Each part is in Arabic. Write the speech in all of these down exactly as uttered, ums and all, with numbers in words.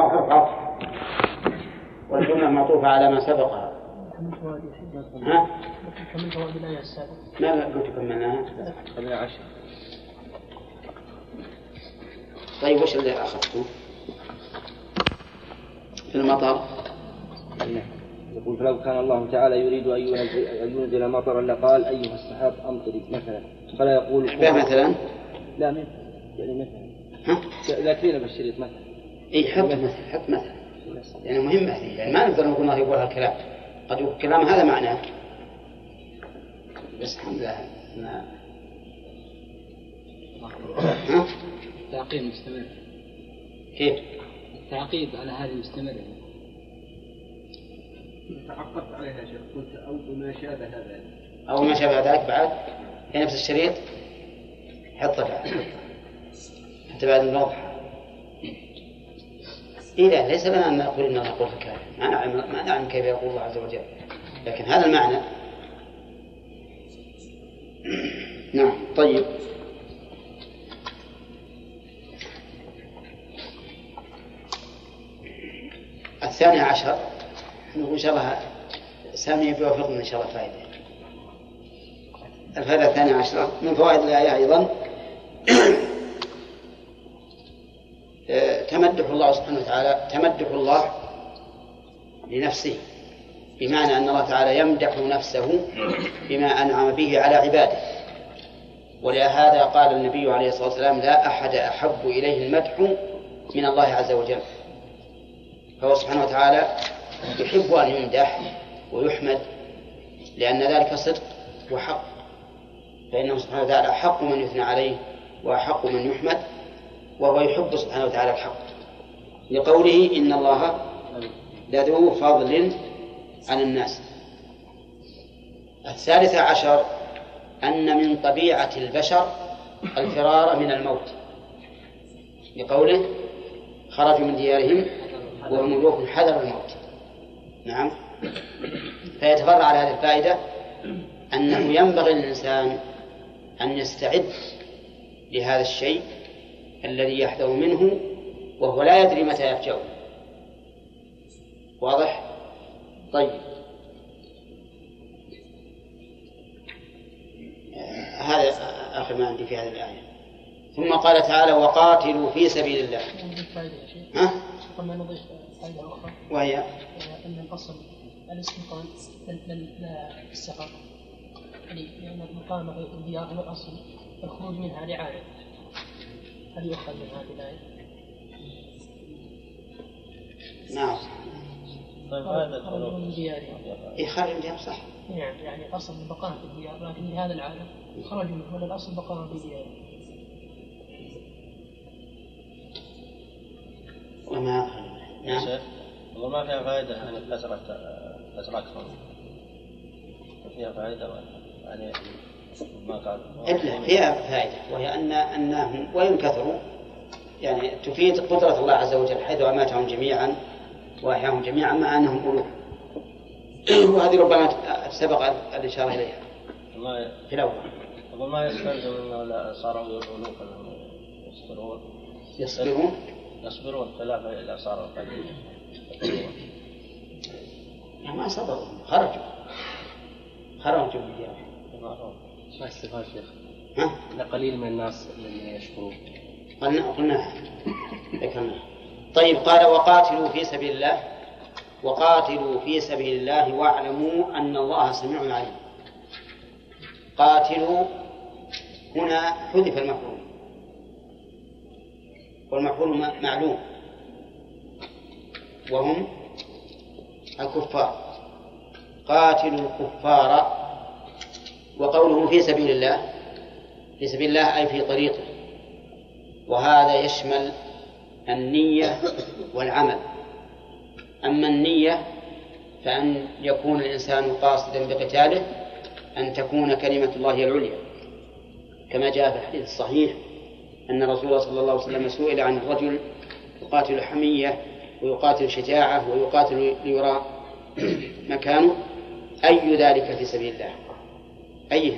حرف عطف والجملة معطوفة على ما سبقها. ها؟ ما قلت كملناها؟ خلينا عشر. طيب وش اللي أخذته؟ في المطر. يقول فلو كان الله تعالى يريد أن ينزل, أن ينزل مطرا لقال أيها السحاب أمطري مثلا، فلا يقول مثلا. لا مثلا يعني مثلا. ها؟ لا كلنا بالشريط مثلا. إيه حط مثلا حط مثلا. يعني مهمة هذه، يعني ما نقدر نقول الله يقول هالكلام، قد يقول الكلام هذا معناه. بس الحمد لله. ما. ها؟ تعقيد مستمر. كيف؟ تعقيد على هذه مستمر. تعقبت عليها شيخ، قلت أو ما شابه هذا. أو ما شابه ذلك بعد في نفس الشريط حطه بعد حتى بعد النوضح. إيه لا ليس لنا أن نقول إن نقول الكلام، ما نعلم ما نعلم كيف يقول الله عز وجل، لكن هذا المعنى. نعم. طيب الثاني عشر نقول إن شاء الله سامي بيوفقنا إن شاء الله فائدة. الفائدة الثانية عشرة من فوائد الآية أيضا تمدح الله سبحانه وتعالى، تمدح الله لنفسه، بمعنى أن الله تعالى يمدح نفسه بما أنعم به على عباده. ولهذا قال النبي عليه الصلاة والسلام لا أحد أحب إليه المدح من الله عز وجل. فهو سبحانه وتعالى يحب أن يمدح ويحمد، لأن ذلك صدق وحق، فإنه سبحانه وتعالى أحق من يثنى عليه وأحق من يحمد، وهو يحب سبحانه وتعالى الحق، لقوله إن الله لذو فضل على الناس. الثالثة عشر أن من طبيعة البشر الفرار من الموت، لقوله خرجوا من ديارهم وهم ملوك حذر الموت. نعم. فيتفرع على هذه الفائدة أنه ينبغي للإنسان أن يستعد لهذا الشيء الذي يحذر منه وهو لا يدري متى يفجأه. واضح؟ طيب هذا آخر ما عندي في هذه الآية. ثم قال تعالى وقاتلوا في سبيل الله. ها؟ ثم نضيف فائدة أخرى وهي أن الأصل الاستيقان لا السفر، يعني لأن المقامة الديار هو الأصل، الخروج منها لعادة. هل يؤخذ من هذه الآية؟ نعم. طيب هذا خرج من ديارهم. إيه خرج من ديار صح. نعم يعني أصل البقاء في الديار، لكن لهذا العالم خرج منه، ولا الأصل بقاء في ديارهم. وما نعم. والله ما فيها فائدة أن كسرت كسر أكثر. فيها فائدة يعني ما قال. إلا فيها فائدة، وهي أن أنهم وإن كثروا يعني تفيد قدرة الله عز وجل، حيث أماتهم جميعا وأحياهم جميعا مع أنهم ألوف. وهذه ربما سبق الإشارة إليها في الأول. والله ما يستلزم أنه صاروا ألوفا يصبرون يصبرون يصبرون خلافا إذا صاروا قليلا. ما صبروا، خرجوا خرجوا من ديارهم. ما استفاد شيخ؟ ها؟ لا قليل من الناس الذين يشكرون. قلنا قلنا ذكرنا. طيب قال وقاتلوا في سبيل الله، وقاتلوا في سبيل الله واعلموا أن الله سميع عليم. قاتلوا هنا حذف المفعول، والمفعول معلوم وهم الكفار. قاتلوا الكفار. وقوله في سبيل الله، في سبيل الله أي في طريقه، وهذا يشمل النية والعمل. أما النية فأن يكون الإنسان قاصدا بقتاله أن تكون كلمة الله هي العليا، كما جاء في الحديث الصحيح أن رسول الله صلى الله عليه وسلم سئل عن الرجل يقاتل حمية ويقاتل شجاعة ويقاتل ليرى مكانه، أي ذلك في سبيل الله؟ أيه؟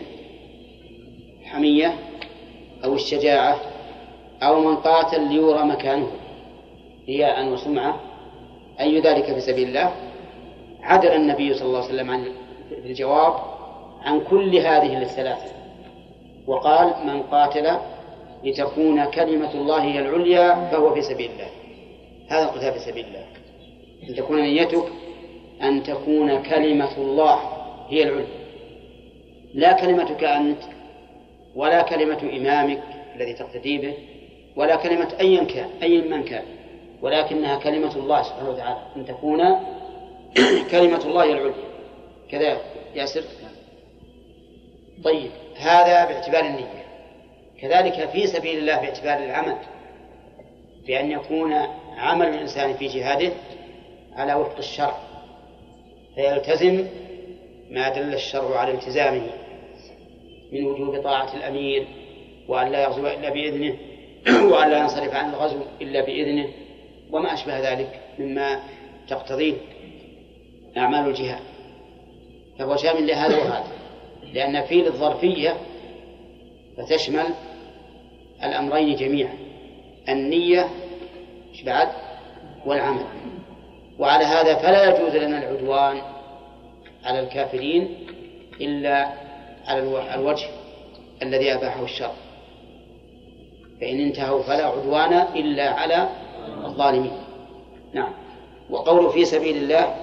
حمية أو الشجاعة أو من قاتل ليرى مكانه؟ رياء وسمعة أي ذلك في سبيل الله، عدل النبي صلى الله عليه وسلم عن في الجواب عن كل هذه الثلاثة، وقال: من قاتل لتكون كلمة الله هي العليا فهو في سبيل الله. هذا القتال في سبيل الله، أن تكون نيتك أن تكون كلمة الله هي العليا، لا كلمتك أنت ولا كلمة إمامك الذي تقتدي به ولا كلمة أي كان أي من كان، ولكنها كلمة الله سبحانه وتعالى، أن تكون كلمة الله هي العليا. كذا ياسر؟ طيب، هذا باعتبار النية. كذلك في سبيل الله باعتبار العمل، بأن يكون عمل الإنسان في جهاده على وفق الشرع، فيلتزم ما دل الشرع على التزامه من وجوب طاعة الأمير، وأن لا يغزو إلا بإذنه، وأن لا ينصرف عن الغزو إلا بإذنه، وما أشبه ذلك مما تقتضيه أعمال الجهاد. فهو شامل لهذا وهذا، لأن فيه الظرفية فتشمل الأمرين جميعا، النية بعد والعمل. وعلى هذا فلا يجوز لنا العدوان على الكافرين إلا على الوجه الذي أباحه الشرع، فإن انتهوا فلا عدوان إلا على الظالمين. نعم. وقوله في سبيل الله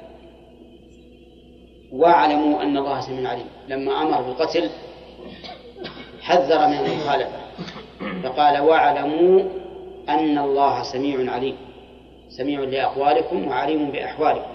واعلموا أن الله سميع عليم، لما أمر بالقتل حذر من المخالفة فقال: واعلموا أن الله سميع عليم، سميع لأقوالكم وعليم بأحوالكم.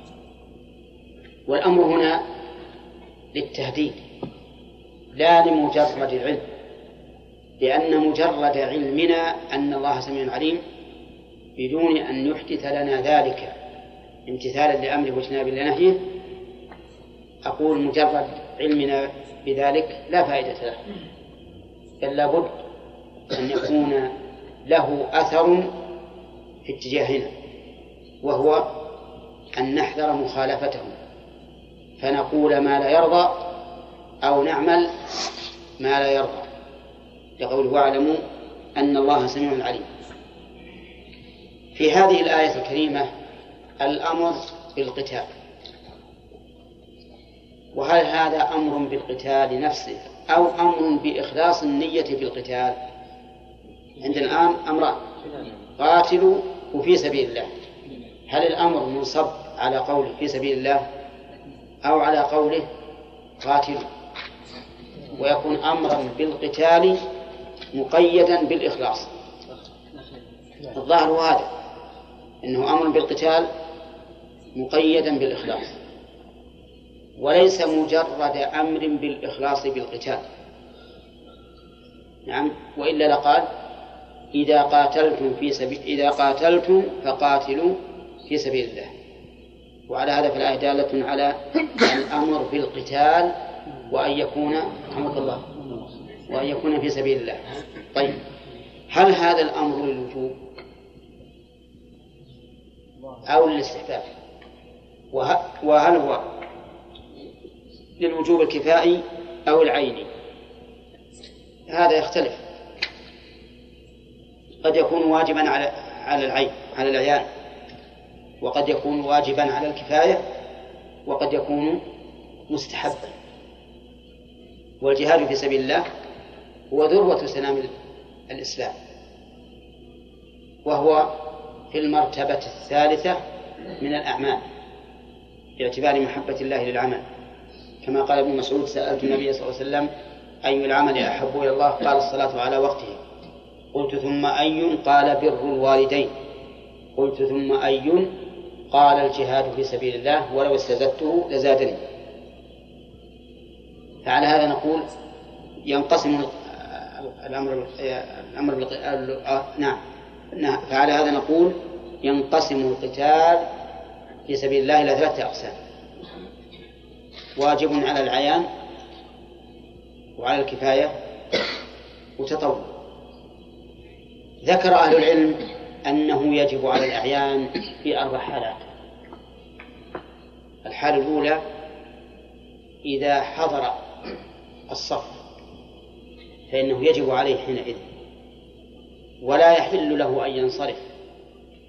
والأمر هنا للتهديد لا لمجرد العلم، لأن مجرد علمنا أن الله سميع عليم بدون أن يحدث لنا ذلك امتثالا لأمره واجتنابا لنهيه، أقول مجرد علمنا بذلك لا فائدة له، بل لابد أن يكون له أثر في اتجاهنا، وهو أن نحذر مخالفته، فنقول ما لا يرضى أو نعمل ما لا يرضى، لقوله: واعلموا أن الله سميع عليم. في هذه الآية الكريمة الأمر بالقتال، وهل هذا أمر بالقتال نفسه أو أمر بإخلاص النية في القتال؟ عندنا الآن أمران: قاتلوا وفي سبيل الله. هل الأمر منصب على قوله في سبيل الله أو على قوله قاتلوا؟ ويكون أمرا بالقتال مقيدا بالإخلاص. الظاهر هذا إنه أمر بالقتال مقيدا بالإخلاص، وليس مجرد أمر بالإخلاص بالقتال. نعم، وإلا لقال: إذا قاتلتم في سبيل إذا قاتلتم فقاتلوا في سبيل الله. وعلى هذا في الآية دالة على الأمر بالقتال وأن يكون رحمك الله وأن يكون في سبيل الله. طيب، هل هذا الأمر للوجوب أو للاستحباب؟ وهل هو للوجوب الكفائي أو العيني؟ هذا يختلف، قد يكون واجبا على على العين على العيان، وقد يكون واجبا على الكفاية، وقد يكون مستحبا. والجهاد في سبيل الله هو ذروة سنام الإسلام، وهو في المرتبة الثالثة من الأعمال باعتبار محبة الله للعمل، كما قال ابن مسعود: سألت النبي صلى الله عليه وسلم أي العمل أحب إلى الله؟ قال: الصلاة على وقته. قلت: ثم أي؟ قال: بر الوالدين. قلت: ثم أي؟ قال: الجهاد في سبيل الله، ولو استزدته لزادني. فعلى هذا نقول ينقسم الأمر الأمر نعم فعلى هذا نقول ينقسم القتال في سبيل الله إلى ثلاثة أقسام: واجب على العيان، وعلى الكفاية، وتطوع. ذكر أهل العلم أنه يجب على الأعيان في أربع حالات. الحالة الأولى إذا حضر الصف فإنه يجب عليه حينئذ، ولا يحل له أن ينصرف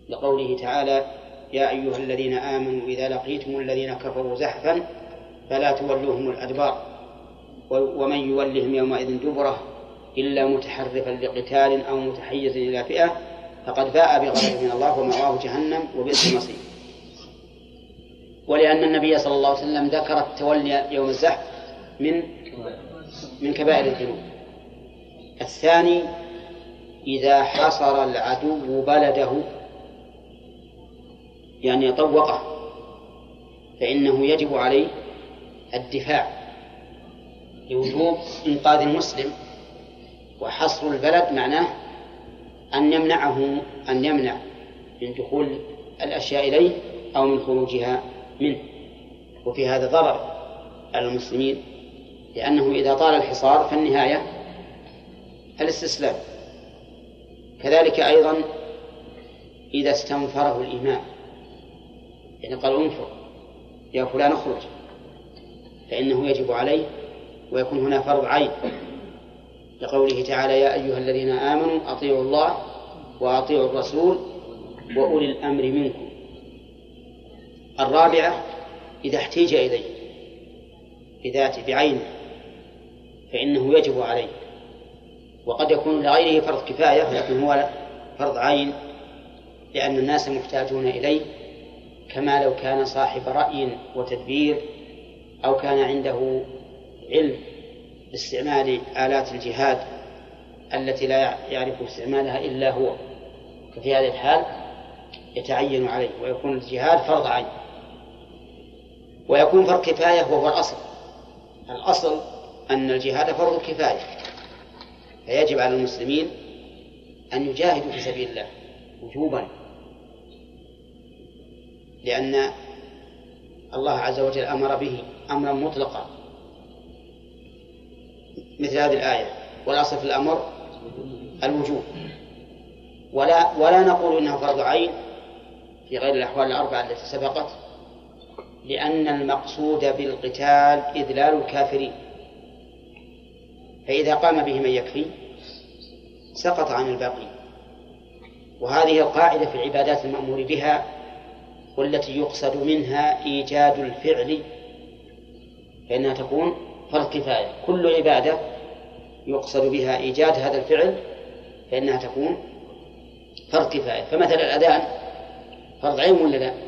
لقوله تعالى يا أيها الذين آمنوا إذا لقيتم الذين كفروا زحفا فلا تولوهم الأدبار ومن يولهم يومئذ دبره إلا متحرفا لقتال أو متحيز إلى فئة فقد باء بغضب من الله ومأواه جهنم وبئس المصير. ولأن النبي صلى الله عليه وسلم ذكر التولي يوم الزحف من من كبائر الذنوب. الثاني إذا حصر العدو بلده يعني طوقه فإنه يجب عليه الدفاع لوجوب إنقاذ المسلم. وحصر البلد معناه أن يمنعه أن يمنع من دخول الأشياء إليه أو من خروجها منه. وفي هذا ضرر على المسلمين لأنه إذا طال الحصار فالنهاية الاستسلام. كذلك أيضا إذا استنفره الإمام يعني قال انفر يا فلان اخرج فإنه يجب عليه ويكون هنا فرض عين لقوله تعالى يا أيها الذين آمنوا أطيعوا الله وأطيعوا الرسول وأولي الأمر منكم. الرابعة إذا احتيج إليه بذاته بعينه فإنه يجب عليه وقد يكون لغيره فرض كفاية لكن هو فرض عين لأن الناس محتاجون إليه كما لو كان صاحب رأي وتدبير أو كان عنده علم باستعمال آلات الجهاد التي لا يعرف استعمالها إلا هو. ففي هذه الحال يتعين عليه ويكون الجهاد فرض عين ويكون فرض كفاية وهو الأصل. الأصل أن الجهاد فرض كفاية فيجب على المسلمين أن يجاهدوا في سبيل الله وجوبا لأن الله عز وجل أمر به أمرا مطلقا مثل هذه الآية والأصل في الأمر الوجوب ولا, ولا نقول إنه فرض عين في غير الأحوال الأربعة التي سبقت لأن المقصود بالقتال إذلال الكافرين فإذا قام به من يكفي سقط عن الباقي. وهذه القاعدة في العبادات المأمور بها والتي يقصد منها إيجاد الفعل فإنها تكون فرض كفاية. كل عبادة يقصد بها إيجاد هذا الفعل فإنها تكون فرض كفاية. فمثل الأذان فرض عين ولا لا؟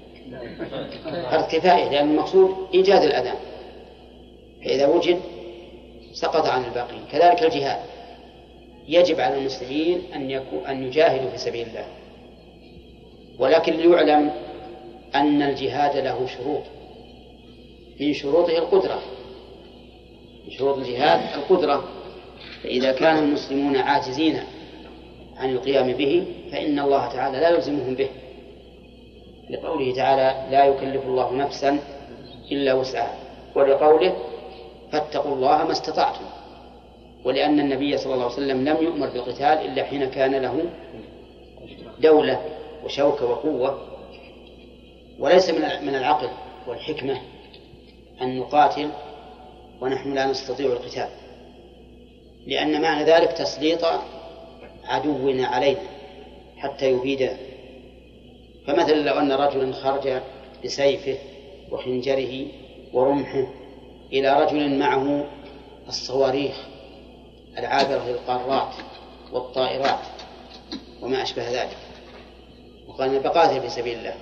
فرض كفاية لأن المقصود إيجاد الأذان فإذا وجد سقط عن الباقي. كذلك الجهاد يجب على المسلمين أن يكون أن يجاهدوا في سبيل الله ولكن ليعلم أن الجهاد له شروط من شروطه القدرة. من شروط الجهاد القدرة فإذا كان المسلمون عاجزين عن القيام به فإن الله تعالى لا يلزمهم به لقوله تعالى لا يكلف الله نفسا إلا وسعها ولقوله فاتقوا الله ما استطعتم ولأن النبي صلى الله عليه وسلم لم يؤمر بالقتال إلا حين كان له دولة وشوكة وقوة. وليس من العقل والحكمة أن نقاتل ونحن لا نستطيع القتال لأن معنى ذلك تسليط عدونا علينا حتى يبيدنا. فمثلا لو أن رجلا خرج بسيفه وخنجره ورمحه إلى رجل معه الصواريخ العابرة للقارات والطائرات وما أشبه ذلك وقال بقاتل في سبيل الله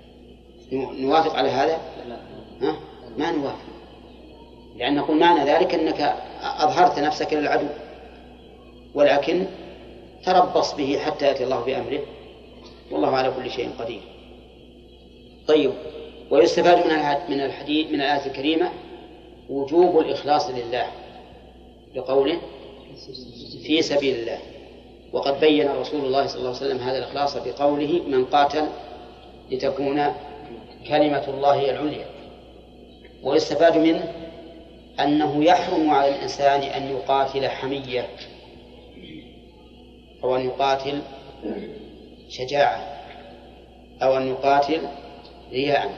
نوافق على هذا؟ ها؟ ما نوافق لأن نقول معنى ذلك أنك أظهرت نفسك للعدو ولكن تربص به حتى يأتي الله بأمره والله على كل شيء قدير. طيب ويستفاد من الحديث من الآية الكريمة وجوب الإخلاص لله لقوله في سبيل الله وقد بين رسول الله صلى الله عليه وسلم هذا الإخلاص بقوله من قاتل لتكون كلمة الله العليا. ويستفاد منه أنه يحرم على الإنسان أن يقاتل حمية أو أن يقاتل شجاعة أو أن يقاتل رياء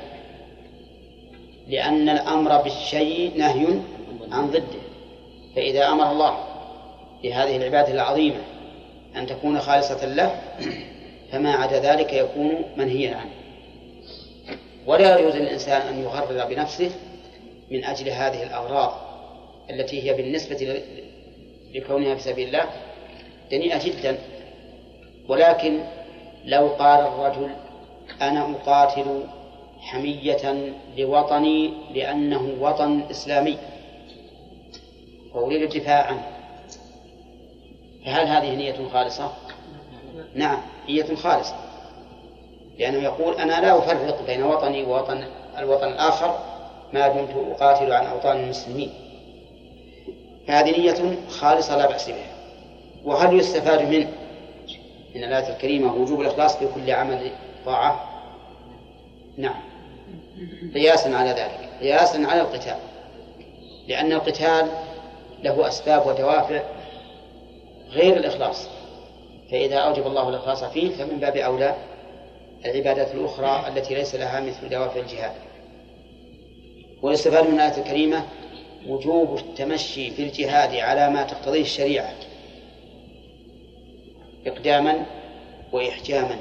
لأن الأمر بالشيء نهي عن ضده. فإذا أمر الله بهذه العبادة العظيمة أن تكون خالصة له فما عدا ذلك يكون منهيا عنه. ولا يجوز للإنسان أن يغرر بنفسه من أجل هذه الأغراض التي هي بالنسبة لكونها في سبيل الله دنيئة جدا. ولكن لو قال الرجل أنا أقاتل حمية لوطني لأنه وطن إسلامي وأريد الدفاع عنه، فهل هذه نية خالصة؟ نعم، نية خالصة، لأنه يقول أنا لا أفرق بين وطني ووطن الوطن الآخر ما دمت أقاتل عن أوطان المسلمين، فهذه نية خالصة لا بأس بها. وهل يستفاد منه من الآية الكريمة وجوب الإخلاص في كل عمل طاعة؟ نعم، قياسا على ذلك، قياسا على القتال، لأن القتال له أسباب ودوافع غير الإخلاص، فإذا أوجب الله الإخلاص فيه فمن باب أولى العبادات الأخرى التي ليس لها مثل دوافع الجهاد. ويستفاد من الآية الكريمة وجوب التمشي في الجهاد على ما تقتضيه الشريعة إقداما وإحجاما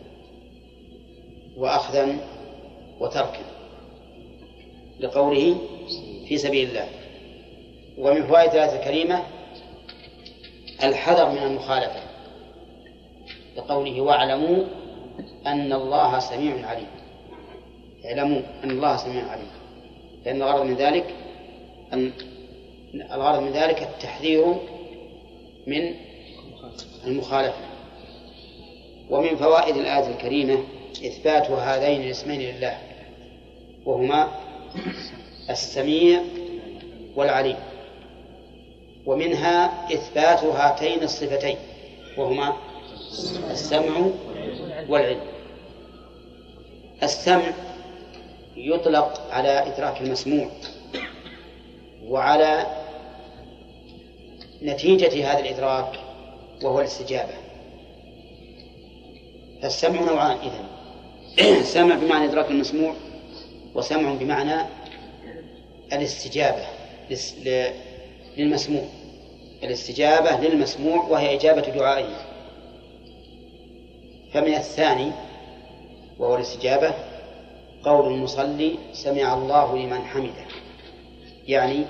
وأخذا وتركا، لقوله في سبيل الله. ومن فوائد الآية الكريمة الحذر من المخالفة، لقوله واعلموا أن الله سميع عليم. اعلموا أن الله سميع عليم، لأن الغرض من ذلك أن الغرض من ذلك التحذير من المخالفة. ومن فوائد الآية الكريمة إثبات هذين الاسمين لله، وهما السميع والعليم، ومنها إثبات هاتين الصفتين وهما السمع والعلم. السمع يطلق على إدراك المسموع وعلى نتيجة هذا الإدراك وهو الاستجابة. فالسمع نوعان إذن، سمع بمعنى إدراك المسموع، وسمع بمعنى الاستجابة للمسموع، الاستجابة للمسموع وهي إجابة دعائه. فمن الثاني وهو الاستجابة قول المصلي سمع الله لمن حمده، يعني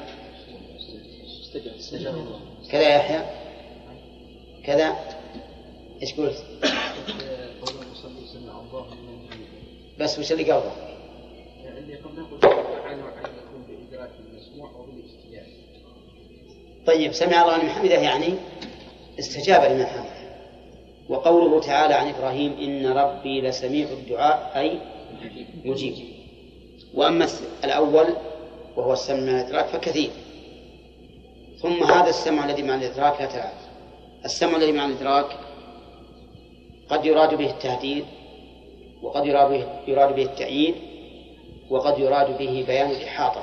كذا يحيى كذا إيش قلت؟ قول المصلي سمع الله لمن حمده، بس وش اللي قبله؟ اللي قبله قلت تعالى أن يكون بإدراك المسموع أو بالاستجابة. طيب، سمع الله لمن حمده يعني استجاب لمن حمده. وقوله تعالى عن إبراهيم إن ربي لسميع الدعاء أي مجيب. وأما الأول وهو السمع مع الإدراك فكثير. ثم هذا السمع الذي مع الإدراك لا تعالى، السمع الذي مع الإدراك قد يراد به التهديد، وقد يراد به, يراد به التأييد، وقد يراد به بيان الإحاطة.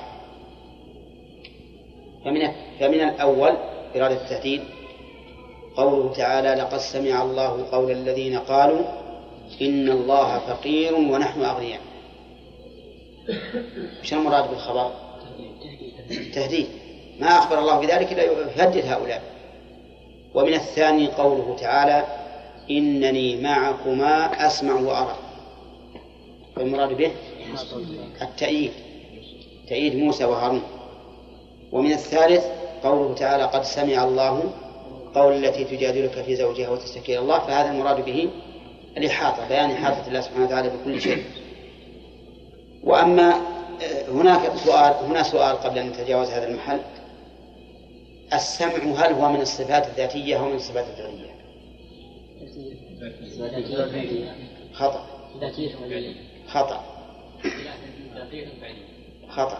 فمن, فمن الأول إرادة التهديد قوله تعالى لقد سمع الله قول الذين قالوا إن الله فقير ونحن أغنياء. مش المراد بالخبر؟ تهديد، ما أخبر الله بذلك إلا يهدد هؤلاء. ومن الثاني قوله تعالى إنني معكما أسمع وأرى، والمراد به التأييد، تأييد موسى وهارون. ومن الثالث قوله تعالى قد سمع الله قول التي تجادلك في زوجها وتشتكي إلى الله، فهذا المراد به الإحاطة، بيان إحاطة الله سبحانه وتعالى بكل شيء. وأما هناك سؤال هنا سؤال قبل أن نتجاوز هذا المحل، السمع هل هو من الصفات الذاتية أو من الصفات الفعلية؟ خطأ خطأ خطأ.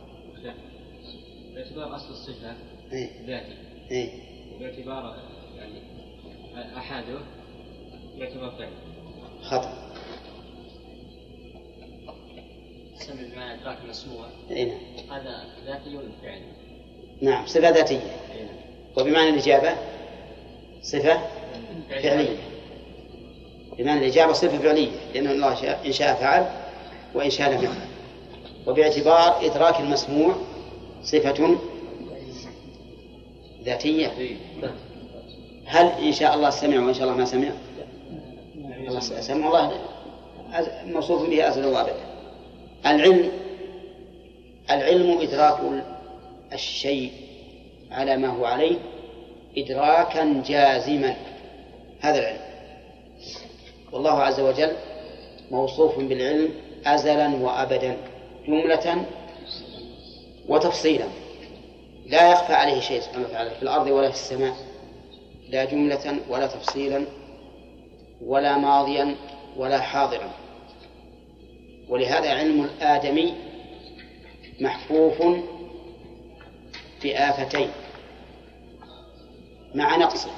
باعتبار أصل الصفة ذاتي، إيه؟ باعتبار يعني أحاده باعتبار فعل. خطأ. سمع بمعنى إدراك مسموع، إيه؟ هذا ذاتي ولا فعلي؟ نعم، صفة ذاتية. وبمعنى الإجابة صفة فعلية. بمعنى الإجابة صفة فعلية، لأن الله شاء إن شاء فعل وإن شاء لم يفعل. وباعتبار إدراك المسموع صفة ذاتية. هل إن شاء الله سمع وإن شاء الله ما سمع؟ الله سمع الله موصوف به أزل وأبد. العلم العلم إدراك الشيء على ما هو عليه إدراكا جازما، هذا العلم. والله عز وجل موصوف بالعلم أزلا وأبدا، جملة وتفصيلا، لا يخفى عليه شيء سبحانه وتعالى في الأرض ولا في السماء، لا جملة ولا تفصيلا ولا ماضيا ولا حاضرا. ولهذا علم الآدمي محفوف بآفتين مع نقصه.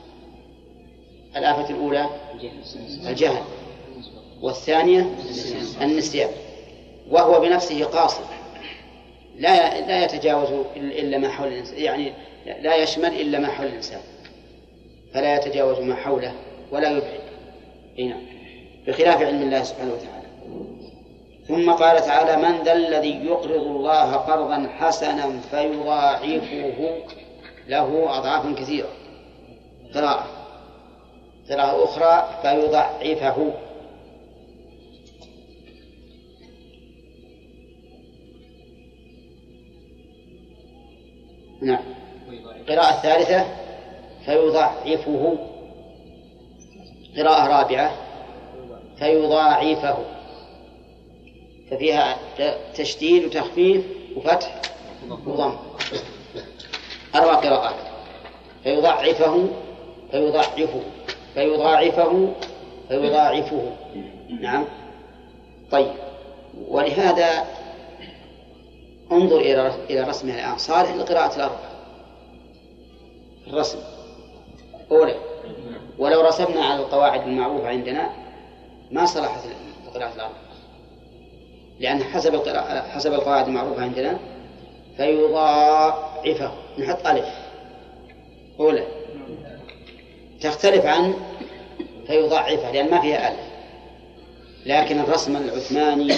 الآفة الأولى الجهل، والثانية النسيان، وهو بنفسه قاصر لا لا يتجاوز إلا ما حول الإنسان، يعني لا يشمل إلا ما حول الإنسان، فلا يتجاوز ما حوله ولا يبعد. هنا بخلاف علم الله سبحانه وتعالى. ثم قال تعالى: من ذا الذي يقرض الله قرضا حسنا فيضاعفه له أضعافا كثيرة. قراءة قراءة أخرى فيضاعفه. نعم. قراءة ثالثة فيضاعفه. قراءة رابعة فيضاعفه، ففيها تشديد وتخفيف وفتح وضم، أربع قراءات: فيضاعفه فيضاعفه فيضاعفه فيضاعفه. نعم. طيب، ولهذا انظر إلى رسمها الآن، صالح للقراءة الأربعة الرسم أولى. ولو رسمنا على القواعد المعروفة عندنا ما صلحت القراءة الأربعة، لأن حسب القراءة حسب القواعد المعروفة عندنا فيضاعفه نحط ألف أولى، تختلف عن فيضاعفه لأن ما فيها ألف. لكن الرسم العثماني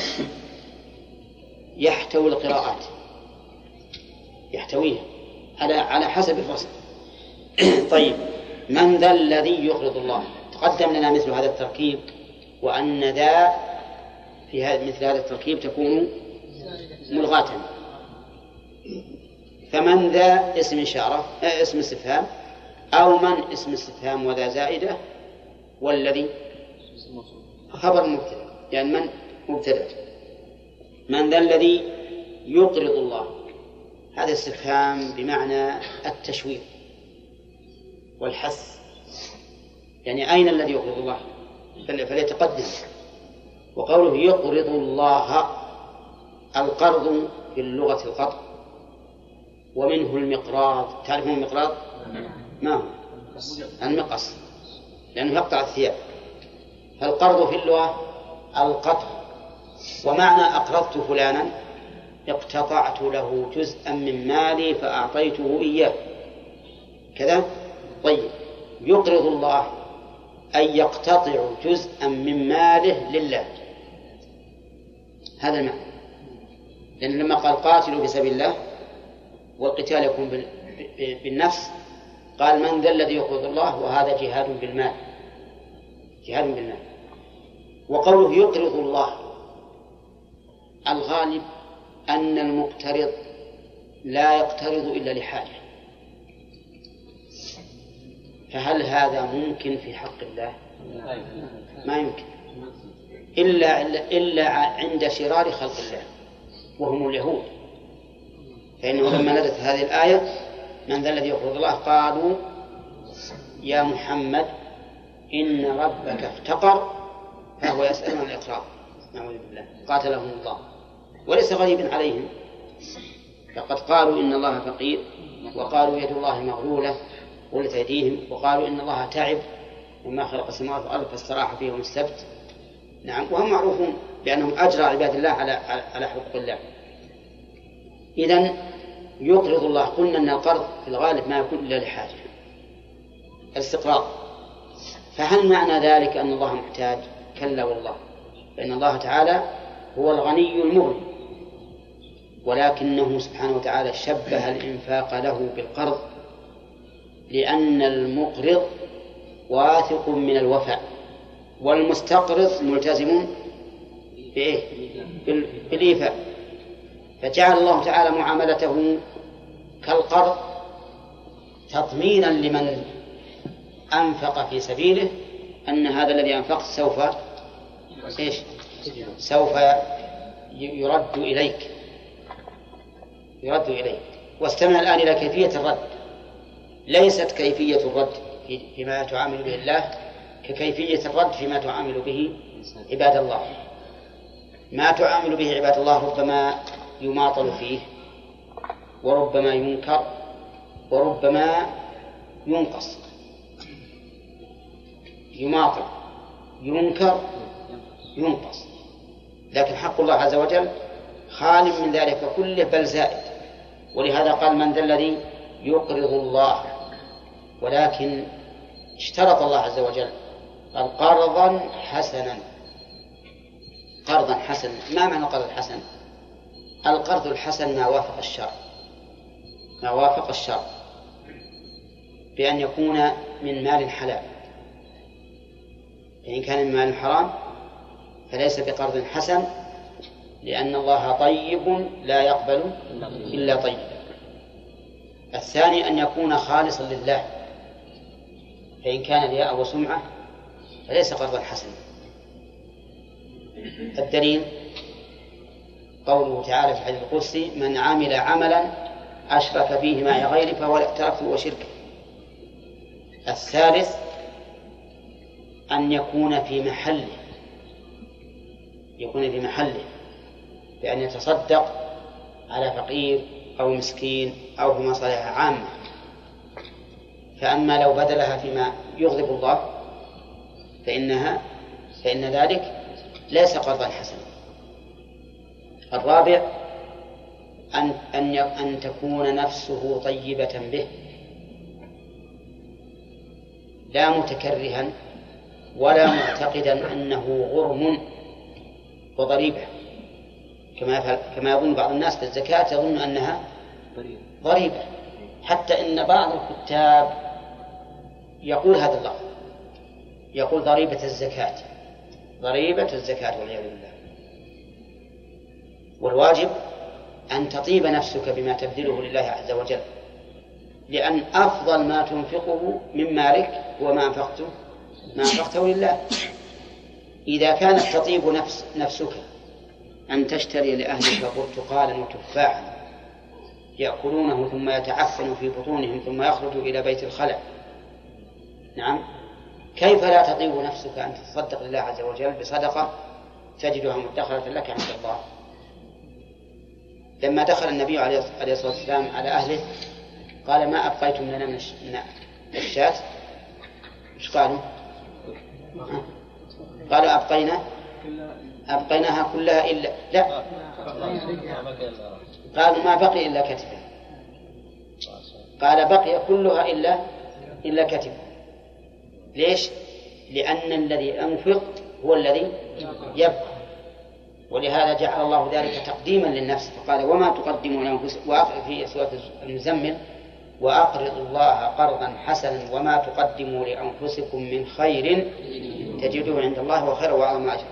يحتوي القراءات، يحتويها على على حسب الرسم. طيب، من ذا الذي يقرض الله؟ تقدم لنا مثل هذا التركيب، وأن ذا في هذا مثل هذا التركيب تكون ملغاة. فمن ذا اسم إشارة اسم استفهام، أو من اسم استفهام وذا زائدة، والذي خبر مبتدأ، يعني من مبتدأ. من ذا الذي يقرض الله، هذا استفهام بمعنى التشويق والحث، يعني أين الذي يقرض الله فليتقدم. وقوله يقرض الله، القرض في اللغة القطع، ومنه المقراض. تعرفون المقراض؟ ما هو؟ المقص، لأنه يقطع الثياب. فالقرض في اللغة القطع، ومعنى أقرضت فلانا اقتطعت له جزءا من مالي فأعطيته إياه كذا. طيب، يقرض الله أي يقتطع جزءا من ماله لله، هذا المعنى. لأن لما قال قاتلوا في سبيل الله والقتال يكون بالنفس، قال من ذا الذي يقرض الله، وهذا جهاد بالمال، جهاد بالمال. وقوله يقرض الله، الغالب أن المقترض لا يقترض إلا لحاجة، فهل هذا ممكن في حق الله؟ ما يمكن، إلا, إلا عند شرار خلق الله وهم اليهود. فإنه لما نزلت هذه الآية من ذا الذي يقرض الله قالوا يا محمد إن ربك افتقر فهو يسأل عن الإقراض، نعوذ بالله، قاتلهم الله. وليس غريبا عليهم، فقد قالوا إن الله فقير، وقالوا يد الله مغلولة غلت أيديهم، وقالوا إن الله تعب وما خلق السماوات والأرض فاستراح فيهم السبت. نعم، وهم معروفون بأنهم أجرى عباد الله على على حقوق الله. إذن يقرض الله، قلنا أن القرض في الغالب ما يكون إلا لحاجة، الاستقراض. فهل معنى ذلك أن الله محتاج؟ كلا والله، فإن الله تعالى هو الغني المغني، ولكنه سبحانه وتعالى شبه الإنفاق له بالقرض، لأن المقرض واثق من الوفاء والمستقرض ملتزم بإيه؟ بالإيفاء. فجعل الله تعالى معاملته كالقرض تضمينا لمن أنفق في سبيله أن هذا الذي أنفقت سوف إيش؟ سوف يرد إليك يرد إليك. واستمع الآن إلى كيفية الرد. ليست كيفية الرد فيما تعامل به الله ككيفية الرد فيما تعامل به عباد الله. ما تعامل به عباد الله ربما يماطل فيه، وربما ينكر، وربما ينقص. يماطل، ينكر، ينقص. لكن حق الله عز وجل خال من ذلك كله بل زائد. ولهذا قال: من ذا الذي يقرض الله؟ ولكن اشترط الله عز وجل قال: قرضا حسنا. قرضا حسنا. ما معنى القرض الحسن؟ القرض الحسن ما وافق الشرع، ما وافق الشرع بأن يكون من مال حلال. فإن كان من مال حرام فليس بقرض حسن، لأن الله طيب لا يقبل إلا طيب. الثاني أن يكون خالصا لله، فإن كان رياء وسمعة فليس قرضا حسنا. الدليل قوله تعالى في الحديث القدسي: من عمل عملا أشرك فيه معي غيري فهو تركته وشركه. الثالث أن يكون في محله، يكون في محله بأن يتصدق على فقير أو مسكين أو في مصالح عامة. فأما لو بذلها فيما يغضب الله فإنها فإن ذلك ليس قرضا حسنا. الرابع أن أن أن تكون نفسه طيبة به، لا متكرها ولا معتقدا أنه غرم وضريبة، كما كما يظن بعض الناس بالزكاة، يظن أنها ضريبة. حتى إن بعض الكتاب يقول هذا اللفظ، يقول ضريبة الزكاة، ضريبة الزكاة والعياذ بالله. والواجب أن تطيب نفسك بما تبذله لله عز وجل، لأن أفضل ما تنفقه من مالك هو ما أنفقته ما أنفقته لله. إذا كانت تطيب نفس نفسك أن تشتري لأهلك برتقالا وتفاحا يأكلونه ثم يتعفن في بطونهم ثم يخرج إلى بيت الخلع، نعم، كيف لا تطيب نفسك أن تتصدق لله عز وجل بصدقة تجدها مدخرة لك عند الله؟ لما دخل النبي عليه الصلاة والسلام على أهله قال: ما أبقيتم لنا من الشاة؟ إيش قالوا؟ قالوا: أبقينا أبقيناها كلها إلا لا قالوا: ما بقي إلا كتفه. قال: بقي كلها إلا إلا كتفه. ليش؟ لأن الذي أنفق هو الذي يبقى، ولهذا جعل الله ذلك تقديما للنفس، فقال: وما تقدموا لأنفسكم في سورة المزمل: وأقرضوا الله قرضا حسنا وما تقدموا لأنفسكم من خير تجدوه عند الله وخير وأعظم أجرا.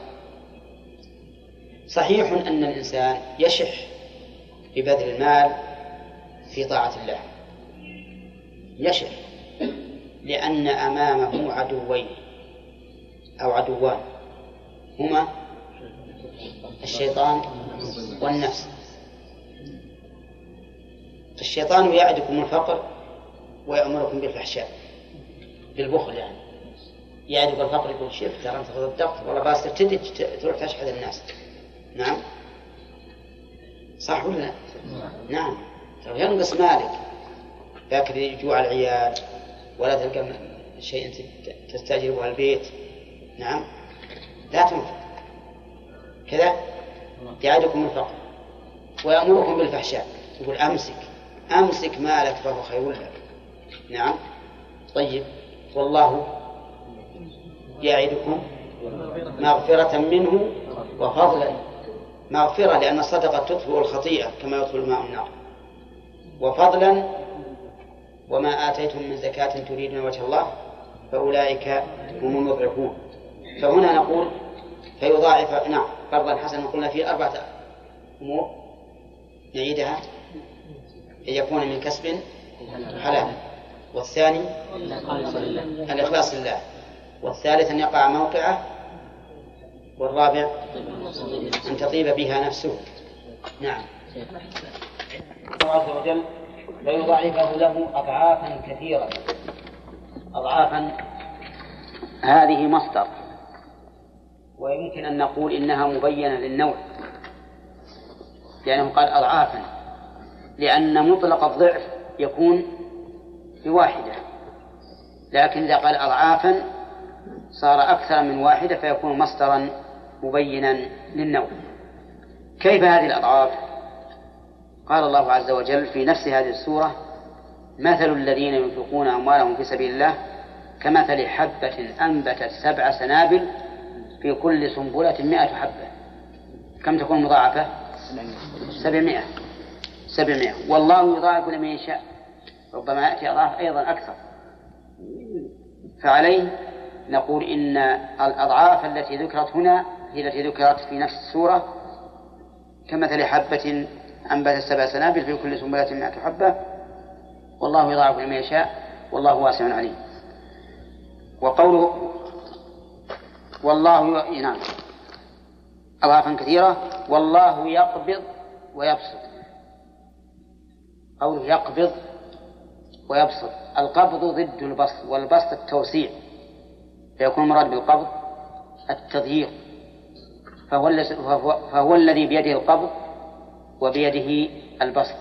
صحيح أن الإنسان يشح ببذل المال في طاعة الله، يشح لأن أمامه عدوين أو عدوان هما الشيطان والنفس. الشيطان يعدكم الفقر ويأمركم بالفحشاء، بالبخل، يعني يعدك الفقر، يقول: شوف ترى أنت تصدقت والله باس تبتدي تروح تشحذ الناس. نعم، صح ولا لا؟ نعم، ترى ينقص مالك، لكن يجوع العيال ولا تلقى شيء تستأجره البيت. نعم، لا تنفق كذا. يعدكم الفقر ويأمركم بالفحشاء، يقول: أمسك أمسك مالك فهو خير لك. نعم، طيب، والله يعدكم مغفرة منه وفضلا. مغفرة لأن الصدقة تطفئ الخطيئة كما يطفئ الماء النار، وفضلا وما آتيتم من زكاة تريدون وجه الله فأولئك هم المضعفون. فهنا نقول فيضاعف نعم قرضا حسنا. قلنا فيه أربعة أمور نعيدها: أن يكون من كسب حلال، والثاني الإخلاص لله، والثالث أن يقع موقعه، والرابع أن تطيب بها نفسه. نعم. الله عز وجل فيضاعفه له أضعافا كثيرة. أضعافا هذه مصدر، ويمكن أن نقول إنها مبينة للنوع، لأنه قال أضعافا، لأن مطلق الضعف يكون بواحدة، لكن إذا قال أضعافا صار أكثر من واحدة فيكون مصدرا مبينا للنوع. كيف هذه الأضعاف؟ قال الله عز وجل في نفس هذه السورة: مثل الذين ينفقون أموالهم في سبيل الله كمثل حبة أنبتت سبع سنابل في كل سنبلة مئة حبة. كم تكون مضاعفة؟ سبعمائة. سبعمائة. والله يضاعف لمن يشاء، ربما يأتي أضعاف أيضا أكثر. فعليه نقول إن الأضعاف التي ذكرت هنا هي التي ذكرت في نفس السورة: كمثل حبة أنبتت سبع سنابل في كل سنبلة مئة حبة، والله يضاعف لمن يشاء والله واسع عليم. وقوله والله ي... نعم أضعافا كثيرة. والله يقبض ويبسط. قوله يقبض ويبسط، القبض ضد البسط، والبسط التوسيع، فيكون مراد بالقبض التضييق، فهو, فهو الذي بيده القبض وبيده البسط.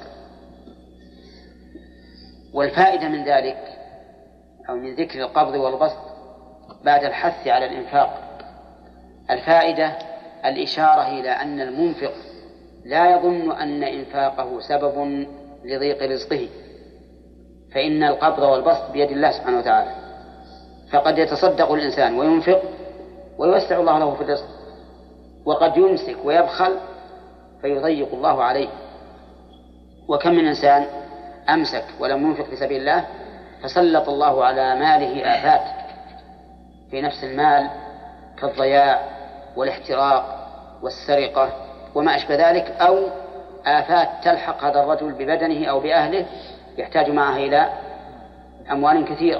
والفائدة من ذلك أو من ذكر القبض والبسط بعد الحث على الإنفاق، الفائدة الإشارة إلى أن المنفق لا يظن أن إنفاقه سبب لضيق رزقه، فإن القبض والبسط بيد الله سبحانه وتعالى، فقد يتصدق الإنسان وينفق ويوسع الله له في الرزق، وقد يمسك ويبخل فيضيق الله عليه. وكم من إنسان أمسك ولم ينفق في سبيل الله فسلط الله على ماله آفات في نفس المال كالضياع والاحتراق والسرقة وما أشبه ذلك، أو آفات تلحق هذا الرجل ببدنه أو بأهله يحتاج معها إلى أموال كثيرة،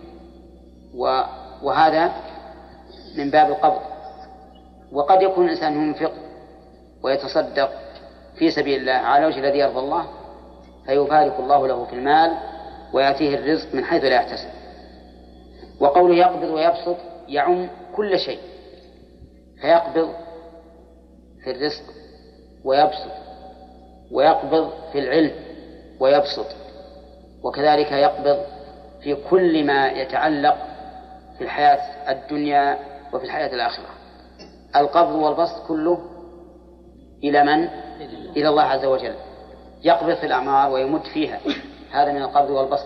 وهذا من باب القبض. وقد يكون الإنسان ينفق ويتصدق في سبيل الله على وجه الذي يرضى الله فيبارك الله له في المال ويأتيه الرزق من حيث لا يحتسب. وقوله يقبض ويبسط يعم كل شيء، فيقبض في الرزق ويبسط، ويقبض في العلم ويبسط، وكذلك يقبض في كل ما يتعلق في الحياة الدنيا وفي الحياة الآخرة. القبض والبسط كله إلى من؟ إلى الله عز وجل. يقبض في الأعمار ويمد فيها، هذا من القبض والبسط.